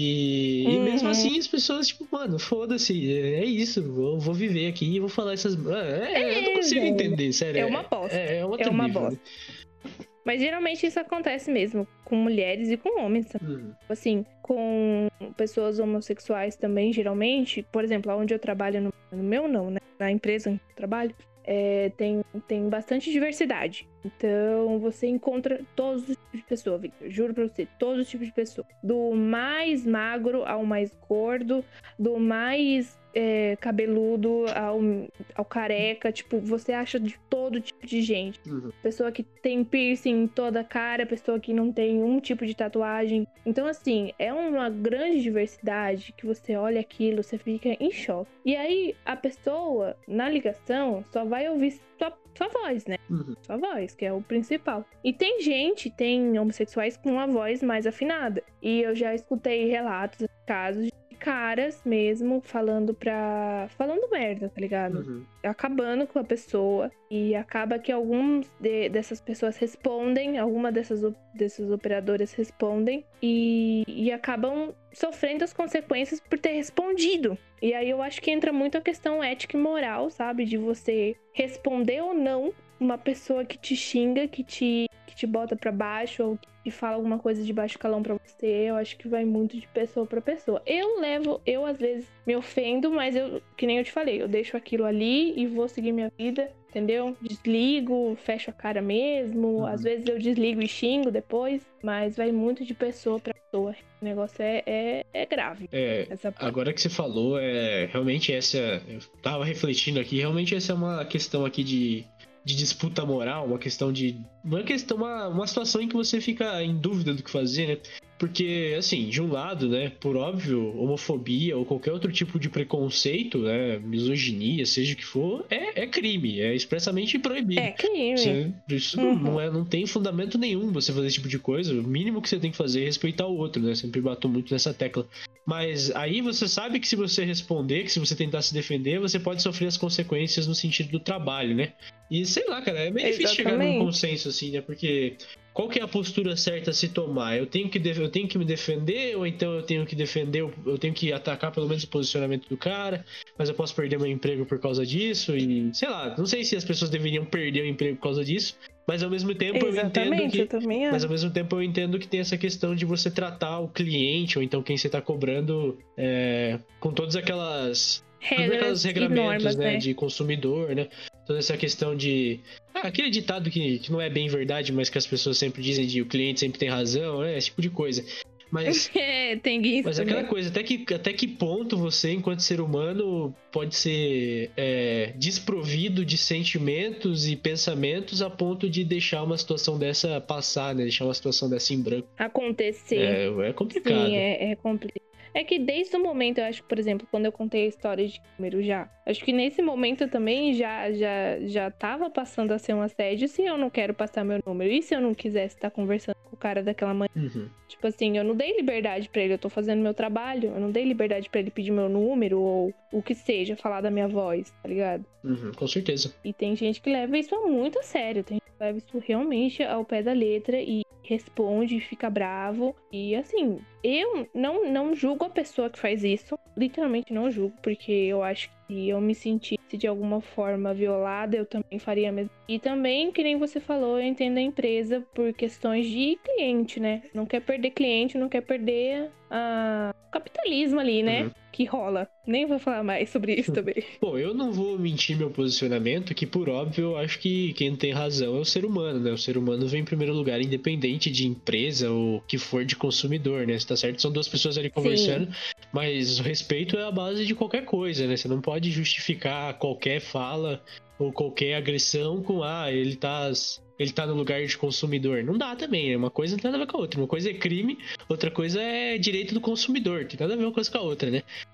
E, Uhum. e mesmo assim as pessoas, tipo, mano, foda-se, é, é isso, vou, vou viver aqui e vou falar essas... É, é, eu não consigo velho. entender, sério. É uma bosta. É, é um É outro uma nível, bosta. né? Mas geralmente isso acontece mesmo com mulheres e com homens também. Uhum. Assim, com pessoas homossexuais também, geralmente. Por exemplo, onde eu trabalho, no, no meu não, né? Na empresa onde eu trabalho, é, tem, tem bastante diversidade. Então, você encontra todos os tipos de pessoa, Victor. Juro pra você, todos os tipos de pessoa. Do mais magro ao mais gordo, do mais é, cabeludo ao, ao careca. Tipo, você acha de todo tipo de gente. Uhum. Pessoa que tem piercing em toda a cara, pessoa que não tem um tipo de tatuagem. Então, assim, é uma grande diversidade que você olha aquilo, você fica em choque. E aí, a pessoa, na ligação, só vai ouvir sua, sua voz, né? Uhum. Sua voz, que é o principal. E tem gente, tem homossexuais com uma voz mais afinada. E eu já escutei relatos, casos de caras mesmo falando pra... falando merda, tá ligado? Uhum. Acabando com a pessoa. E acaba que alguns de, dessas pessoas respondem, alguma dessas, dessas operadoras respondem e, e acabam sofrendo as consequências por ter respondido. E aí eu acho que entra muito a questão ética e moral, sabe? De você responder ou não uma pessoa que te xinga, que te, que te bota pra baixo ou que fala alguma coisa de baixo calão pra você. Eu acho que vai muito de pessoa pra pessoa. Eu levo, eu às vezes me ofendo, mas eu, que nem eu te falei, eu deixo aquilo ali e vou seguir minha vida, entendeu? Desligo, fecho a cara mesmo. Uhum. Às vezes eu desligo e xingo depois, mas vai muito de pessoa pra pessoa. O negócio é, é, é grave. É, essa agora que você falou, é realmente essa... Eu tava refletindo aqui, realmente essa é uma questão aqui de... de disputa moral, uma questão de... Uma questão, uma, uma situação em que você fica em dúvida do que fazer, né? Porque, assim, de um lado, né, por óbvio, homofobia ou qualquer outro tipo de preconceito, né, misoginia, seja o que for, é, é crime, é expressamente proibido. É crime. Você, isso uhum. não, é, não tem fundamento nenhum você fazer esse tipo de coisa. O mínimo que você tem que fazer é respeitar o outro, né? Sempre bato muito nessa tecla. Mas aí você sabe que se você responder, que se você tentar se defender, você pode sofrer as consequências no sentido do trabalho, né? E sei lá, cara, é meio Exatamente. difícil chegar num consenso assim, né? Porque qual que é a postura certa a se tomar? Eu tenho que, def- eu tenho que me defender, ou então eu tenho que defender, eu tenho que atacar pelo menos o posicionamento do cara, mas eu posso perder meu emprego por causa disso, e sei lá, não sei se as pessoas deveriam perder o emprego por causa disso, mas ao mesmo tempo Exatamente, eu entendo que. Eu também acho. Mas ao mesmo tempo eu entendo que tem essa questão de você tratar o cliente, ou então quem você tá cobrando, é, com todas aquelas. Todas aquelas regramentos, normas, né, né, de consumidor, né? Toda essa questão de... Ah, aquele ditado que, que não é bem verdade, mas que as pessoas sempre dizem de o cliente sempre tem razão, né? Esse tipo de coisa. Mas, é, tem isso mas também. aquela coisa, até que, até que ponto você, enquanto ser humano, pode ser é, desprovido de sentimentos e pensamentos a ponto de deixar uma situação dessa passar, né? Deixar uma situação dessa em branco. Acontecer. É, é complicado. Sim, é, é complicado. É que desde o momento, eu acho que, por exemplo, quando eu contei a história de número já, acho que nesse momento eu também já, já, já tava passando a ser um assédio se eu não quero passar meu número. E se eu não quisesse estar conversando com o cara daquela manhã? Uhum. Tipo assim, eu não dei liberdade pra ele, eu tô fazendo meu trabalho, eu não dei liberdade pra ele pedir meu número ou o que seja, falar da minha voz, tá ligado? Uhum, com certeza. E tem gente que leva isso muito a sério, tem gente que leva isso realmente ao pé da letra e responde, fica bravo. E assim, eu não, não julgo a pessoa que faz isso, literalmente não julgo, porque eu acho que se eu me sentisse de alguma forma violada, eu também faria a mesma. E também, que nem você falou, eu entendo a empresa por questões de cliente, né? Não quer perder cliente, não quer perder a... o capitalismo ali, né? Uhum. Que rola. Nem vou falar mais sobre isso também. Bom, eu não vou mentir meu posicionamento, que por óbvio eu acho que quem tem razão é o ser humano, né? O ser humano vem em primeiro lugar, independente de empresa ou que for de consumidor, né? Você tá certo? São duas pessoas ali conversando, sim, mas o respeito é a base de qualquer coisa, né? Você não pode justificar qualquer fala ou qualquer agressão com, ah, ele tá... ele tá no lugar de consumidor. Não dá também, né? Uma coisa não tem nada a ver com a outra. Uma coisa é crime, outra coisa é direito do consumidor. Tem nada a ver uma coisa com a outra, né?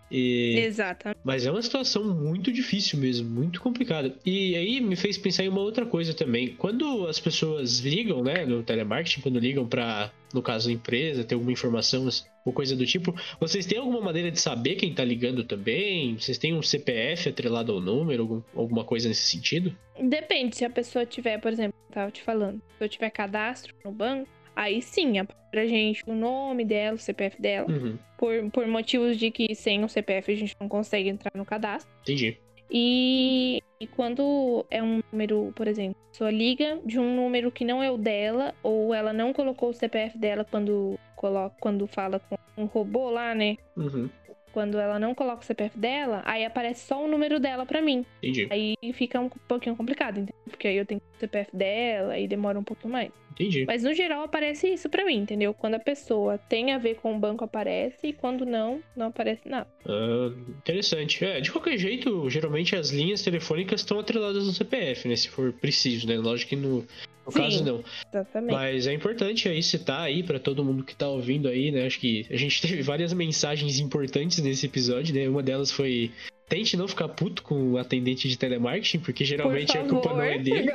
E... Exatamente. Mas é uma situação muito difícil mesmo, muito complicada. E aí me fez pensar em uma outra coisa também. Quando as pessoas ligam, né, no telemarketing, quando ligam pra, no caso, empresa, ter alguma informação ou coisa do tipo, vocês têm alguma maneira de saber quem tá ligando também? Vocês têm um C P F atrelado ao número, algum, alguma coisa nesse sentido? Depende, se a pessoa tiver, por exemplo, eu tava te falando, se eu tiver cadastro no banco, aí sim, pra gente o nome dela, o C P F dela. Uhum. Por, por motivos de que sem o C P F a gente não consegue entrar no cadastro. Entendi. E, e quando é um número, por exemplo, a pessoa liga de um número que não é o dela, ou ela não colocou o C P F dela quando, coloca, quando fala com um robô lá, né? Uhum. Quando ela não coloca o C P F dela, aí aparece só o número dela pra mim. Entendi. Aí fica um pouquinho complicado, entendeu? Porque aí eu tenho o C P F dela e demora um pouquinho mais. Entendi. Mas no geral aparece isso pra mim, entendeu? Quando a pessoa tem a ver com o banco aparece e quando não, não aparece nada. Ah, interessante. É, de qualquer jeito, geralmente as linhas telefônicas estão atreladas no C P F, né? Se for preciso, né? Lógico que no, no Sim, caso não. Exatamente. Mas é importante aí citar aí pra todo mundo que tá ouvindo aí, né? Acho que a gente teve várias mensagens importantes nesse episódio, né? Uma delas foi: tente não ficar puto com o atendente de telemarketing, porque geralmente a culpa não é dele.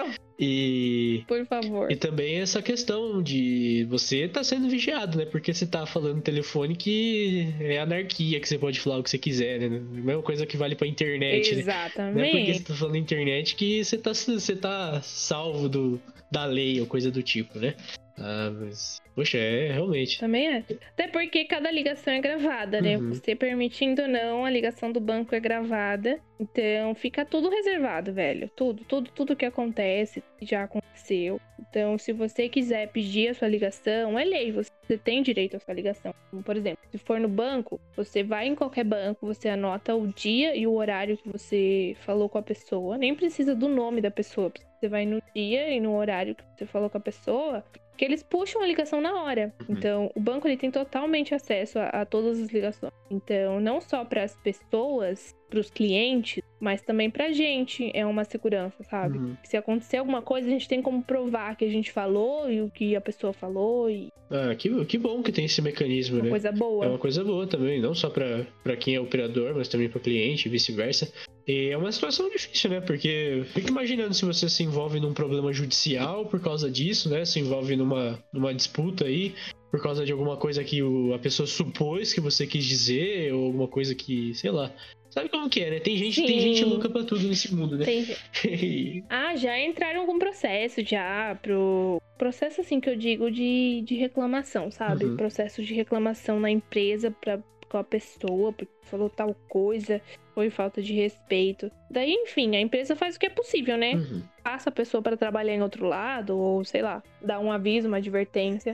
E... Por favor. E também essa questão de você tá sendo vigiado, né? Porque você tá falando no telefone que é anarquia, que você pode falar o que você quiser, né? A mesma coisa que vale pra internet, Exatamente. né? Não é porque você tá falando na internet que você tá, você tá salvo do, da lei ou coisa do tipo, né? Ah, mas... Poxa, é, realmente. Também é. Até porque cada ligação é gravada, né? Uhum. Você permitindo ou não, a ligação do banco é gravada. Então, fica tudo reservado, velho. Tudo, tudo, tudo que acontece já aconteceu. Então, se você quiser pedir a sua ligação, é lei. Você tem direito à sua ligação. Como, por exemplo, se for no banco, você vai em qualquer banco, você anota o dia e o horário que você falou com a pessoa. Nem precisa do nome da pessoa. Você vai no dia e no horário que você falou com a pessoa, que eles puxam a ligação na hora. Uhum. Então, o banco ele tem totalmente acesso a, a todas as ligações. Então, não só para as pessoas, para os clientes, mas também pra gente é uma segurança, sabe? Uhum. Se acontecer alguma coisa, a gente tem como provar que a gente falou e o que a pessoa falou e... Ah, que, que bom que tem esse mecanismo, uma né? coisa boa. É uma coisa boa também, não só pra, pra quem é operador, mas também pra cliente e vice-versa. E é uma situação difícil, né? Porque fica imaginando se você se envolve num problema judicial por causa disso, né? Se envolve numa, numa disputa aí por causa de alguma coisa que o, a pessoa supôs que você quis dizer, ou alguma coisa que, sei lá. Sabe como que é, né? Tem gente, tem gente louca pra tudo nesse mundo, né? Tem... ah, já entraram com processo, já, pro... Processo, assim, que eu digo de, de reclamação, sabe? Uhum. Processo de reclamação na empresa pra, com a pessoa, porque falou tal coisa, foi falta de respeito. Daí, enfim, a empresa faz o que é possível, né? Uhum. Passa a pessoa para trabalhar em outro lado, ou sei lá, dá um aviso, uma advertência.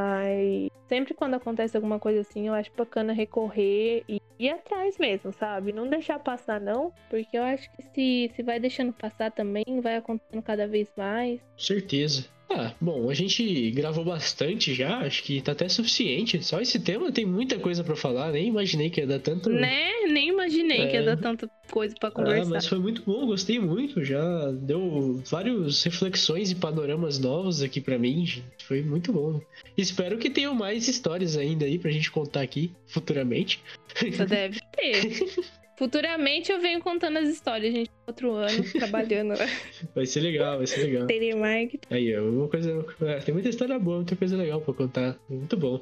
Mas sempre quando acontece alguma coisa assim, eu acho bacana recorrer e ir atrás mesmo, sabe? Não deixar passar, não, porque eu acho que se, se vai deixando passar também, vai acontecendo cada vez mais. Certeza. Ah, bom, a gente gravou bastante já, acho que tá até suficiente. Só esse tema tem muita coisa pra falar, nem imaginei que ia dar tanto... Né? Nem imaginei É... que ia dar tanta coisa pra conversar. Ah, mas foi muito bom, gostei muito, já deu várias reflexões e panoramas novos aqui pra mim, foi muito bom. Espero que tenham mais histórias ainda aí pra gente contar aqui futuramente. Só deve ter. Futuramente eu venho contando as histórias, gente. Outro ano, trabalhando lá. Vai ser legal, vai ser legal. Telemarketing. Aí, ó, uma coisa... É, tem muita história boa, muita coisa legal pra contar. Muito bom.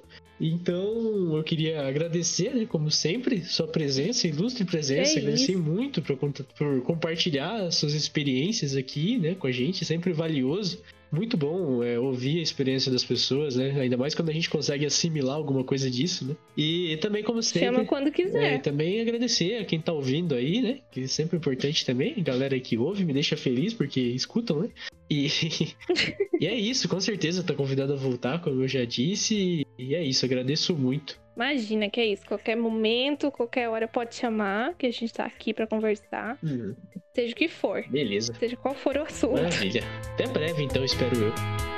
Então, eu queria agradecer, né, como sempre, sua presença, ilustre presença. É agradecer isso. muito por, por compartilhar suas experiências aqui, né, com a gente. Sempre valioso. Muito bom é, ouvir a experiência das pessoas, né? Ainda mais quando a gente consegue assimilar alguma coisa disso, né? E, e também, como sempre... Chama quando quiser. É, também agradecer a quem tá ouvindo aí, né? Que é sempre importante também. A galera que ouve me deixa feliz porque escutam, né? E, e é isso, com certeza tá convidado a voltar, como eu já disse. E é isso, agradeço muito. Imagina que é isso. Qualquer momento, qualquer hora pode chamar, que a gente tá aqui pra conversar. Uhum. Seja o que for. Beleza. Seja qual for o assunto. Maravilha. Até breve, então, espero eu.